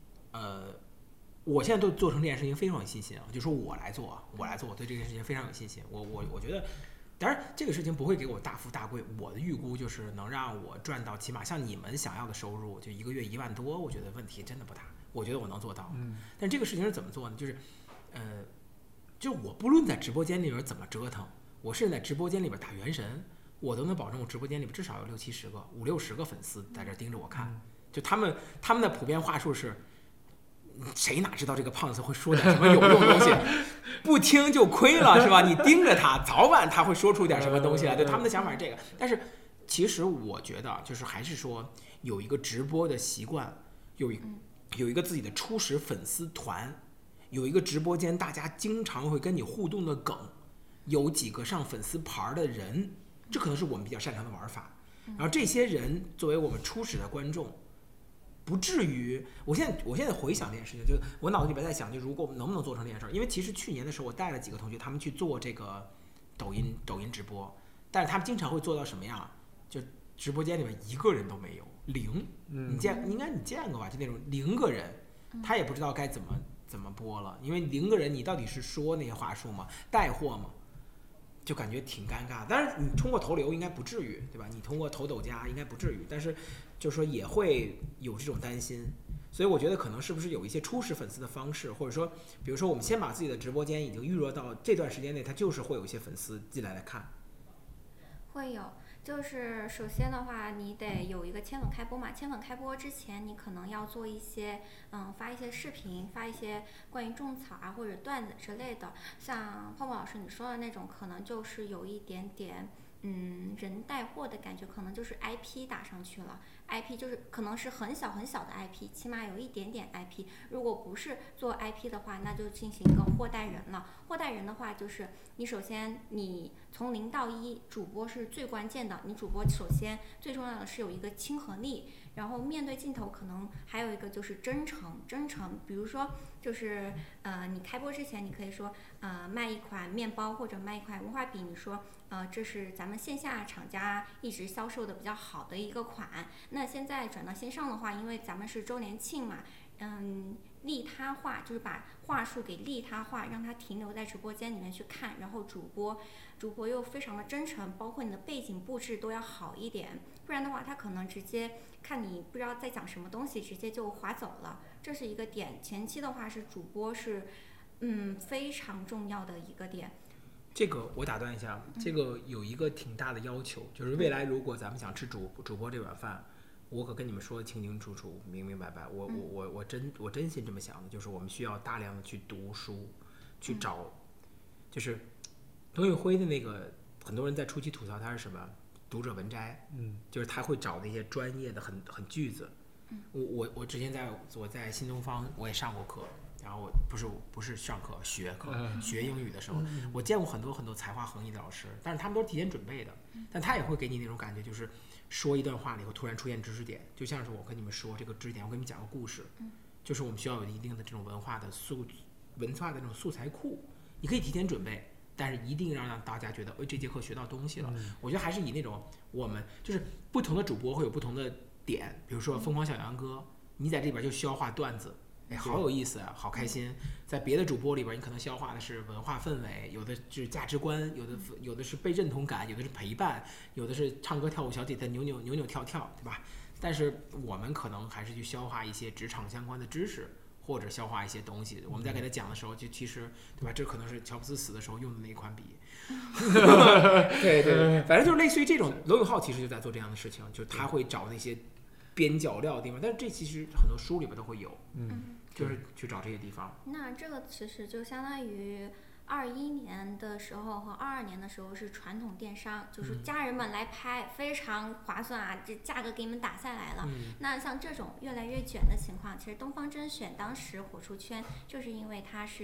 我现在对做成这件事情非常有信心啊，就说我来做，我对这件事情非常有信心，我觉得。当然，这个事情不会给我大富大贵，我的预估就是能让我赚到起码像你们想要的收入，就一个月1万多，我觉得问题真的不大，我觉得我能做到。但这个事情是怎么做呢？就是，就我不论在直播间里边怎么折腾，我甚至在直播间里边打原神，我都能保证我直播间里边至少有60-70个、50-60个粉丝在这盯着我看。就他们的普遍话术是。谁哪知道这个胖子会说点什么有用的东西？不听就亏了，是吧？你盯着他，早晚他会说出点什么东西来。对，他们的想法是这个。但是其实我觉得，就是还是说有一个直播的习惯，有一个自己的初始粉丝团，有一个直播间大家经常会跟你互动的梗，有几个上粉丝牌的人，这可能是我们比较擅长的玩法。然后这些人作为我们初始的观众。不至于，我现在回想这件事情，就我脑子里边在想，就如果我们能不能做成这件事儿，因为其实去年的时候，我带了几个同学，他们去做这个抖音直播，但是他们经常会做到什么样？就直播间里面一个人都没有，0。你见过吧？就那种0个人，他也不知道该怎么播了，因为0个人，你到底是说那些话术吗？带货吗？就感觉挺尴尬。当然，你通过投流应该不至于，对吧？你通过投抖加应该不至于，但是就是说也会有这种担心。所以我觉得可能是不是有一些初始粉丝的方式，或者说，比如说我们先把自己的直播间已经预热到这段时间内，它就是会有一些粉丝进来看。 会有，就是首先的话，你得有一个千粉开播嘛。千粉开播之前，你可能要做一些，发一些视频，发一些关于种草啊或者段子之类的。像泡泡老师你说的那种，可能就是有一点点，人带货的感觉，可能就是 IP 打上去了。IP 就是可能是很小很小的 IP， 起码有一点点 IP。如果不是做 IP 的话，那就进行一个货代人了。货代人的话，就是你首先你从0到1，主播是最关键的。你主播首先最重要的是有一个亲和力，然后面对镜头可能还有一个就是真诚。比如说就是你开播之前，你可以说卖一款面包或者卖一款文化笔，你说这是咱们线下厂家一直销售的比较好的一个款。那现在转到线上的话，因为咱们是周年庆嘛，利他化，就是把话术给利他化，让它停留在直播间里面去看，然后主播又非常的真诚，包括你的背景布置都要好一点，不然的话他可能直接看你不知道在讲什么东西，直接就划走了，这是一个点。前期的话是主播是非常重要的一个点。 这个我打断一下，这个有一个挺大的要求，就是未来如果咱们想吃主播这碗饭，我可跟你们说的清清楚楚、明明白白。我真心这么想的，就是我们需要大量的去读书，去找，就是董宇辉的那个，很多人在初期吐槽他是什么读者文摘，就是他会找那些专业的很句子。我之前我在新东方我也上过课。然后我不是上课学英语的时候，我见过很多才华横溢的老师，但是他们都是提前准备的，但他也会给你那种感觉，就是说一段话里头突然出现知识点，就像是我跟你们说这个知识点，我跟你们讲个故事，就是我们需要有一定的这种文化的这种素材库，你可以提前准备，但是一定让大家觉得这节课学到东西了。我觉得还是以那种我们就是不同的主播会有不同的点，比如说疯狂小杨哥，你在这边就消化段子。好有意思啊，好开心！在别的主播里边，你可能消化的是文化氛围，有的是价值观，有的是被认同感，有的是陪伴，有的是唱歌跳舞小姐姐扭扭跳跳，对吧？但是我们可能还是去消化一些职场相关的知识，或者消化一些东西。我们在给他讲的时候，就其实对吧？这可能是乔布斯死的时候用的那一款笔。对，反正就是类似于这种。罗永浩其实就在做这样的事情，就他会找那些边角料的地方，但是这其实很多书里边都会有。就是去找这些地方。 那这个其实就相当于21年的时候和22年的时候是传统电商，就是家人们来拍，非常划算啊，这价格给你们打下来了。那像这种越来越卷的情况，其实东方甄选当时火出圈，就是因为它是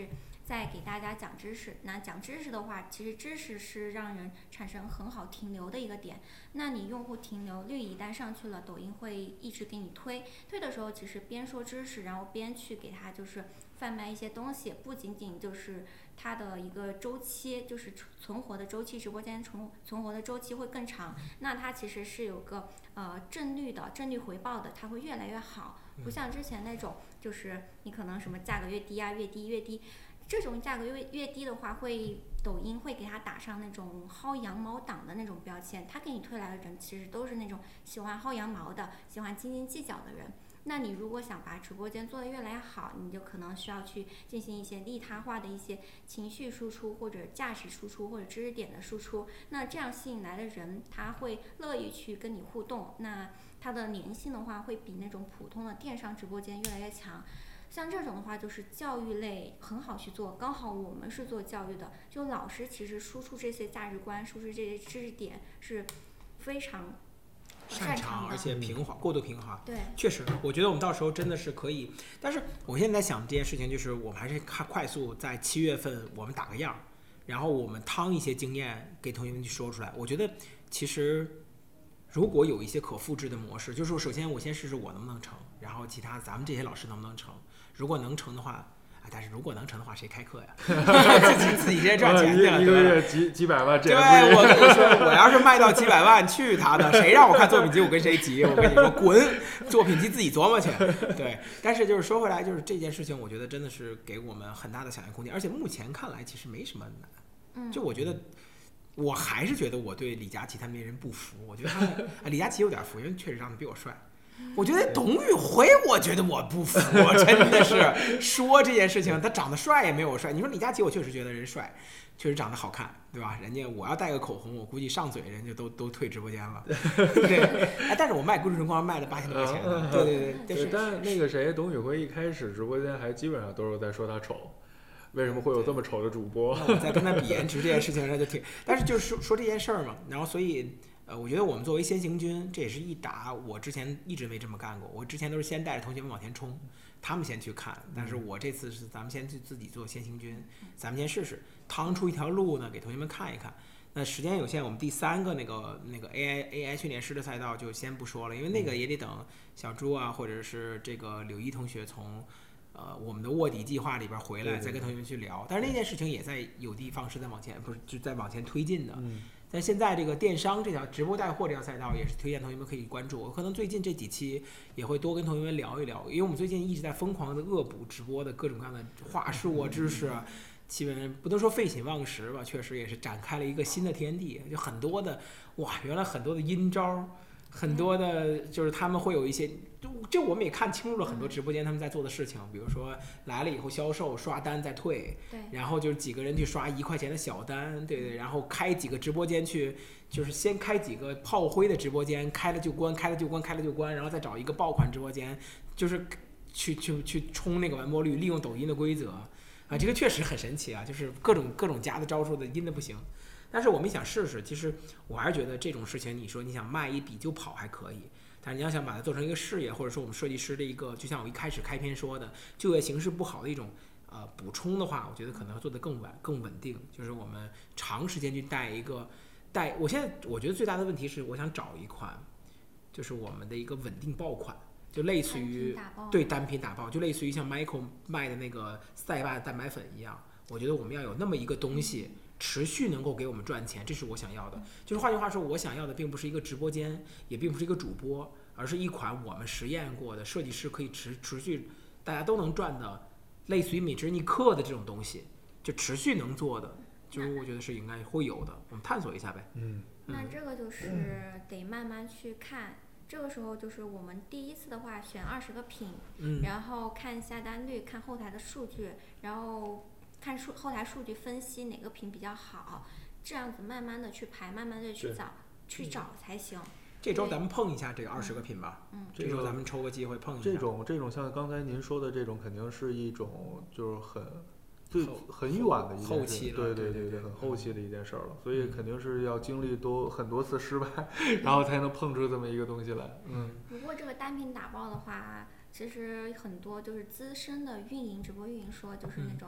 在给大家讲知识。那讲知识的话，其实知识是让人产生很好停留的一个点。那你用户停留率一旦上去了，抖音会一直给你推的时候，其实边说知识，然后边去给他就是贩卖一些东西，不仅仅就是它的一个周期，就是存活的周期，直播间存活的周期会更长。那它其实是有个正率回报的，它会越来越好。不像之前那种，就是你可能什么价格越低啊，越低，这种价格越低的话，抖音会给它打上那种薅羊毛党的那种标签，它给你推来的人其实都是那种喜欢薅羊毛的，喜欢斤斤计较的人。那你如果想把直播间做得越来越好，你就可能需要去进行一些利他化的一些情绪输出，或者价值输出，或者知识点的输出。那这样吸引来的人，他会乐意去跟你互动，那它的粘性的话，会比那种普通的电商直播间越来越强。像这种的话，就是教育类很好去做，刚好我们是做教育的，就老师其实输出这些价值观，输出这些知识点是非常擅长，而且平滑，过度平滑。 对， 确实，我觉得我们到时候真的是可以。但是我现在在想这件事情，就是我们还是快速在7月份我们打个样，然后我们趟一些经验给同学们去说出来。我觉得其实如果有一些可复制的模式，就是首先我先试试我能不能成，然后其他咱们这些老师能不能成。如果能成的话。但是如果能成的话，谁开课呀？自己先赚钱去了， 一个月几百万， 对，我跟你说，我要是卖到几百万，去他的，谁让我看作品集，我跟谁急？我跟你说，滚！作品集自己琢磨去。对，但是就是说回来，就是这件事情，我觉得真的是给我们很大的想象空间，而且目前看来其实没什么难。就我觉得，我还是觉得我对李佳琦他们那人不服，我觉得他们李佳琦有点服，因为确实长得比我帅。我觉得董宇辉，我觉得我不服，真的是说这件事情，他长得帅也没有我帅。你说李佳琦，我确实觉得人帅，确实长得好看，对吧？人家我要带个口红，我估计上嘴人家都退直播间了。对，但是我卖闺女唇膏卖了8000多块钱呢。对。 但那个谁，董宇辉一开始直播间还基本上都是在说他丑。为什么会有这么丑的主播？ 我在跟他比颜值这件事情上就挺，但是就是说这件事儿嘛，然后所以我觉得我们作为先行军，这也是一打我之前一直没这么干过，我之前都是先带着同学们往前冲，他们先去看，但是我这次是咱们先去自己做先行军，咱们先试试，趟出一条路呢，给同学们看一看。那时间有限，我们第3个那个 AI 训练师的赛道就先不说了，因为那个也得等小朱啊，或者是这个柳一同学从我们的卧底计划里边回来，再跟同学们去聊。但是那件事情也在有的放矢在往前，不是就在往前推进的。但现在这个电商这条直播带货这条赛道，也是推荐同学们可以关注。我可能最近这几期也会多跟同学们聊一聊，因为我们最近一直在疯狂的恶补直播的各种各样的话术啊、知识啊，基本上不能说废寝忘食吧，确实也是展开了一个新的天地，就很多的原来很多的阴招。很多的，就是他们会有一些，就我们也看清楚了很多直播间他们在做的事情，比如说来了以后销售刷单再退， 对， 然后就是几个人去刷1块钱的小单，对，然后开几个直播间去，就是先开几个炮灰的直播间，开了就关，然后再找一个爆款直播间，就是去冲那个完播率，利用抖音的规则啊，这个确实很神奇啊，就是各种加的招数的阴的不行。但是我们想试试，其实我还是觉得这种事情，你说你想卖一笔就跑还可以，但是你要想把它做成一个事业，或者说我们设计师的一个，就像我一开始开篇说的，就业形势不好的一种补充的话，我觉得可能要做得更稳定，就是我们长时间去我现在我觉得最大的问题是，我想找一款，就是我们的一个稳定爆款，就类似于单品打爆，就类似于像 Michael 卖的那个塞霸蛋白粉一样，我觉得我们要有那么一个东西。持续能够给我们赚钱，这是我想要的。就是换句话说，我想要的并不是一个直播间，也并不是一个主播，而是一款我们实验过的设计师可以持续大家都能赚的，类似于米芝尼克的这种东西，就持续能做的，就是我觉得是应该会有的。我们探索一下呗。 那这个就是得慢慢去看。这个时候就是我们第一次的话，选20个品，然后看下单率，看后台的数据，然后。看后台数据分析哪个品比较好，这样子慢慢的去排，慢慢的去找才行。 这周咱们碰一下这个20个品吧。这周咱们抽个机会碰一下。 这种像刚才您说的这种，肯定是一种就是很远的一件事， 后期了， 对，很后期的一件事了，所以肯定是要经历很多次失败，然后才能碰出这么一个东西来。 不过这个单品打爆的话。其实很多就是资深的直播运营说，就是那种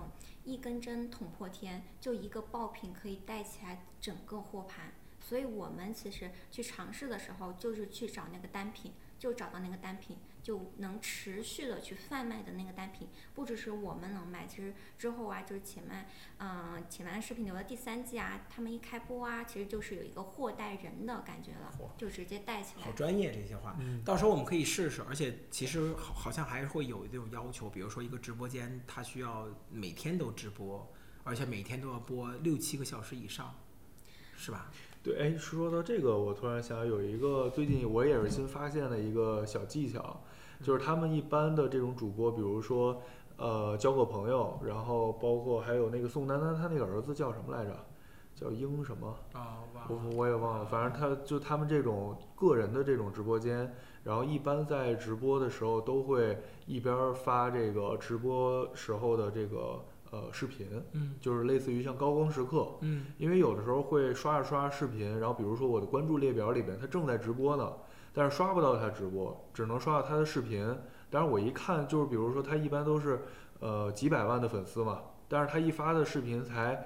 一根针捅破天，就一个爆品可以带起来整个货盘。所以我们其实去尝试的时候，就是去找那个单品，就找到那个单品，就能持续的去贩卖的那个单品，不只是我们能卖，其实之后啊，就是且慢视频流的第3季啊，他们一开播啊，其实就是有一个货带人的感觉了，就直接带起来。 好专业这些话，到时候我们可以试试。而且其实好像还会有这种要求，比如说一个直播间，它需要每天都直播，而且每天都要播6-7个小时以上，是吧？ 对，哎，说到这个，我突然想有一个最近我也是新发现的一个小技巧，就是他们一般的这种主播，比如说交个朋友，然后包括还有那个宋丹丹，他那个儿子叫什么来着？叫英什么？我也忘了，反正他们这种个人的这种直播间，然后一般在直播的时候都会一边发这个直播时候的这个视频，就是类似于像高光时刻，因为有的时候会刷着刷着视频，然后比如说我的关注列表里边他正在直播呢，但是刷不到他直播，只能刷到他的视频。当然我一看就是比如说他一般都是几百万的粉丝嘛，但是他一发的视频才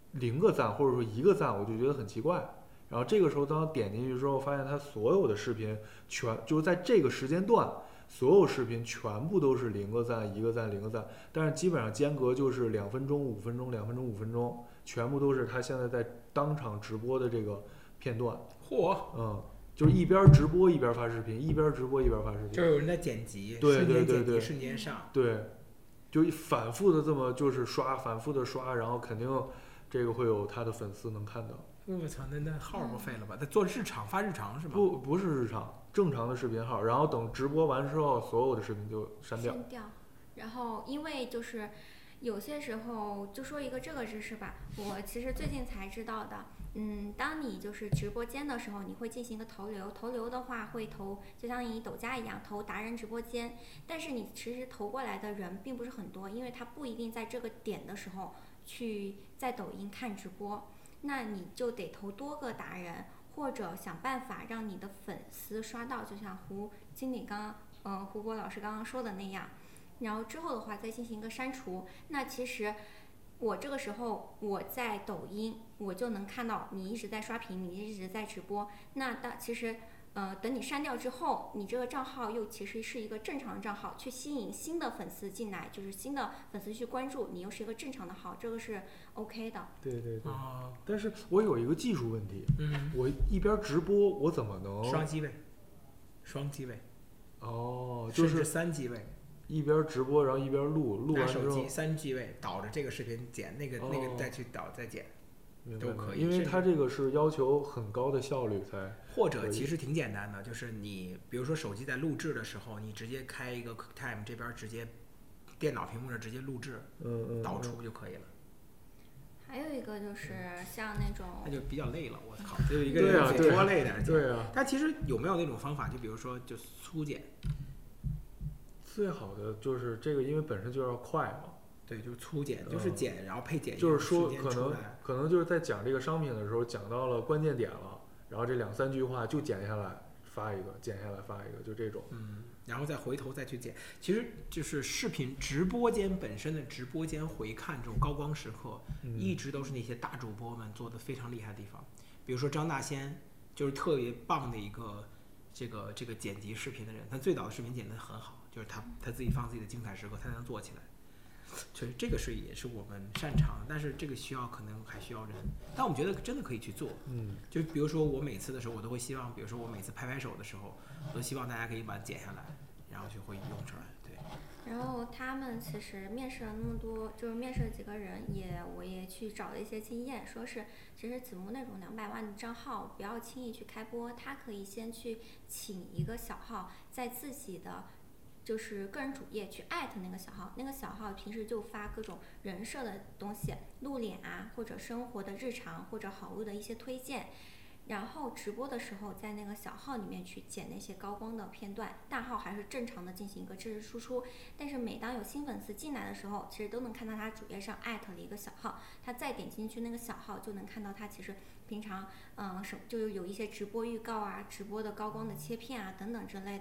0个赞或者说1个赞，我就觉得很奇怪。然后这个时候当点进去之后，发现他所有的视频就是在这个时间段，所有视频全部都是0个赞、1个赞、0个赞，但是基本上间隔就是2分钟、5分钟、2分钟、5分钟，全部都是他现在在当场直播的这个片段。就是一边直播一边发视频，一边直播一边发视频， 就是有人在剪辑， 对， 瞬间上， 对，就反复的这么就是刷，反复的刷，然后肯定这个会有他的粉丝能看到。 我操，那号不废了吧？他做日常发日常是吗？ 不是日常，正常的视频号，然后等直播完之后，所有的视频就删掉。 然后因为就是有些时候就说一个这个知识吧，我其实最近才知道的。当你就是直播间的时候，你会进行一个投流，投流的话会投，就像你抖加一样投达人直播间，但是你其实投过来的人并不是很多，因为他不一定在这个点的时候去在抖音看直播，那你就得投多个达人，或者想办法让你的粉丝刷到，就像胡经理胡国老师刚刚说的那样，然后之后的话再进行一个删除。那其实我这个时候我在抖音，我就能看到你一直在刷屏，你一直在直播。那其实等你删掉之后，你这个账号又其实是一个正常的账号，去吸引新的粉丝进来，就是新的粉丝去关注你，又是一个正常的号，这个是 OK 的。 对。但是我有一个技术问题，我一边直播，我怎么能双机位？ 就是 3机位。 一边直播，然后一边录完之后， 手机3机位导着这个视频剪，那个再去导再剪，都可以。 因为它这个是要求很高的效率才。 或者其实挺简单的，就是你比如说手机在录制的时候，你直接开一个 QuickTime， 这边直接电脑屏幕上直接录制，导出就可以了。 还有一个就是像那种， 那就比较累了，我靠，只有一个人得多累点。 对啊。 但其实有没有那种方法，就比如说就粗剪？ 最好的就是这个，因为本身就要快嘛。 对，就是粗剪，就是剪，然后配剪。 就是说，可能就是在讲这个商品的时候，讲到了关键点了，然后这2-3句话就剪下来发一个，剪下来发一个，就这种。 然后再回头再去剪。其实就是视频直播间本身的直播间回看这种高光时刻，一直都是那些大主播们做的非常厉害的地方。比如说张大仙，就是特别棒的一个这个剪辑视频的人，他最早的视频剪得很好。就是他自己放自己的精彩时刻，他才能做起来。所以这个也是我们擅长的，但是这个可能还需要人。但我们觉得真的可以去做。就比如说我每次的时候，我都会希望，比如说我每次拍手的时候，我都希望大家可以把它剪下来，然后就会用出来。对。 然后他们其实面试了那么多，就是面试了几个人，我也去找了一些经验，说是其实子木那种200万的账号不要轻易去开播，他可以先去请一个小号，在自己的就是个人主页去艾特那个小号，那个小号平时就发各种人设的东西，露脸啊，或者生活的日常，或者好物的一些推荐。然后直播的时候，在那个小号里面去剪那些高光的片段，大号还是正常的进行一个知识输出。但是每当有新粉丝进来的时候，其实都能看到他主页上艾特了一个小号，他再点进去那个小号，就能看到他其实平常就有一些直播预告啊、直播的高光的切片啊等等之类的。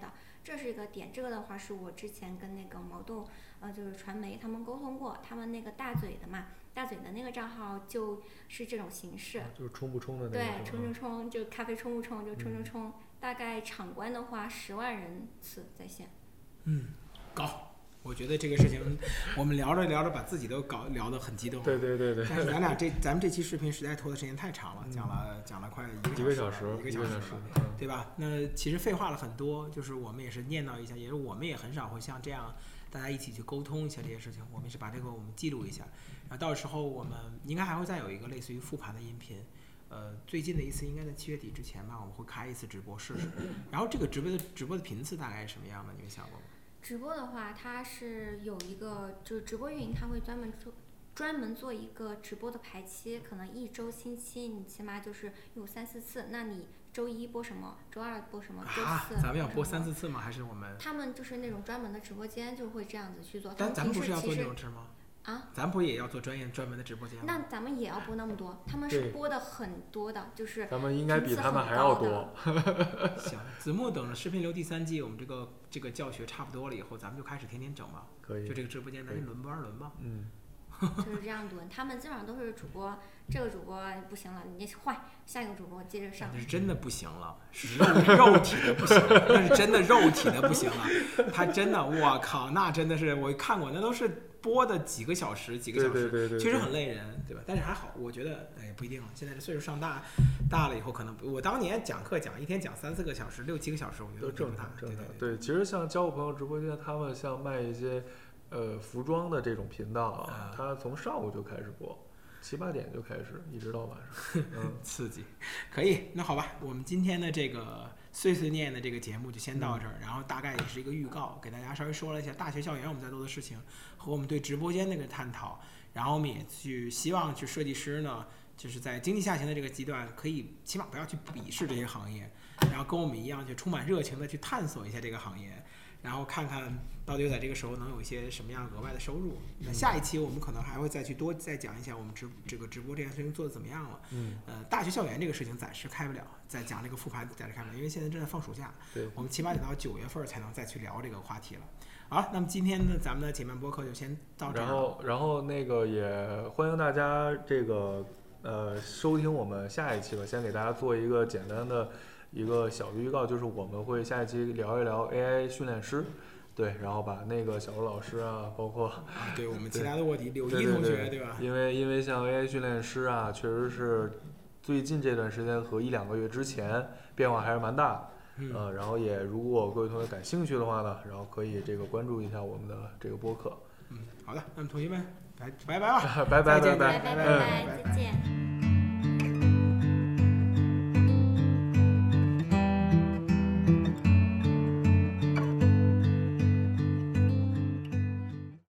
这是一个点。这个的话是我之前跟那个毛豆就是传媒他们沟通过，他们那个大嘴的嘛，大嘴的那个账号就是这种形式， 就是冲不冲的那个。 对，冲，就咖啡冲不冲就冲，大概场观的话10万人次在线。 高。我觉得这个事情，我们聊着聊着把自己都聊得很激动。 对。 但是咱们这期视频实在拖的时间太长了，讲了快一个小时，对吧？那其实废话了很多，就是我们也是念叨一下，也是我们也很少会像这样大家一起去沟通一下这些事情，我们是把这个我们记录一下，然后到时候我们应该还会再有一个类似于复盘的音频。最近的一次应该在7月底之前吧，我们会开一次直播试试。然后这个直播的频次大概是什么样的？你们想过吗？ 直播的话，它是有一个，就是直播运营，它会专门做一个直播的排期，可能1周星期你起码就是有3、4次。那你周一播什么，周二播什么，周四咱们要播3、4次吗？还是我们？ 他们就是那种专门的直播间就会这样子去做。 但咱们不是要做这种直吗？咱不也要做专门的直播间吗？ 那咱们也要播那么多，他们是播的很多的，就是咱们应该比他们还要多。 行，子木等着视频流第3季，我们这个教学差不多了以后，咱们就开始天天整吧。 可以。 就这个直播间，咱就轮吧。 就是这样轮，他们基本上都是主播，这个主播不行了，你换下一个主播接着上。 那是真的不行了，是肉体的不行了，那是真的肉体的不行了。他真的，我靠，那真的是我看过，那都是播的几个小时， 对， 其实很累人，对吧？但是还好，我觉得不一定了。现在这岁数上大了以后，可能我当年讲课一天讲3、4个小时、6、7个小时，我觉得都正常。 对， 其实像交我朋友直播间，他们像卖一些服装的这种频道啊，他从上午就开始播，7、8点就开始，一直到晚上。 刺激，可以。那好吧，我们今天的这个碎碎念的这个节目就先到这儿，然后大概也是一个预告，给大家稍微说了一下大学校园我们在做的事情和我们对直播间那个探讨，然后我们也希望设计师呢，就是在经济下行的这个阶段，可以起码不要去鄙视这些行业，然后跟我们一样就充满热情的去探索一下这个行业，然后看看到底在这个时候能有一些什么样额外的收入。那下一期我们可能还会再讲一下我们这个直播这件事情做的怎么样了。大学校园这个事情暂时开不了，再讲这个复盘暂时开不了，因为现在正在放暑假。 对， 我们起码得到9月份才能再去聊这个话题了。好，那么今天呢，咱们的解慢播客就先到这儿。 然后那个也欢迎大家这个收听我们下一期吧。先给大家做一个简单的一个小的预告，就是我们会下一期聊一聊 AI 训练师。对，然后把那个小罗老师啊，包括对我们其他的卧底柳一同学，对吧？ 因为像 AI 训练师啊，确实是最近这段时间和1、2个月之前变化还是蛮大。然后也如果各位同学感兴趣的话呢，然后可以这个关注一下我们的这个播客。 好的，那么同学们，拜拜吧， 拜拜，再见。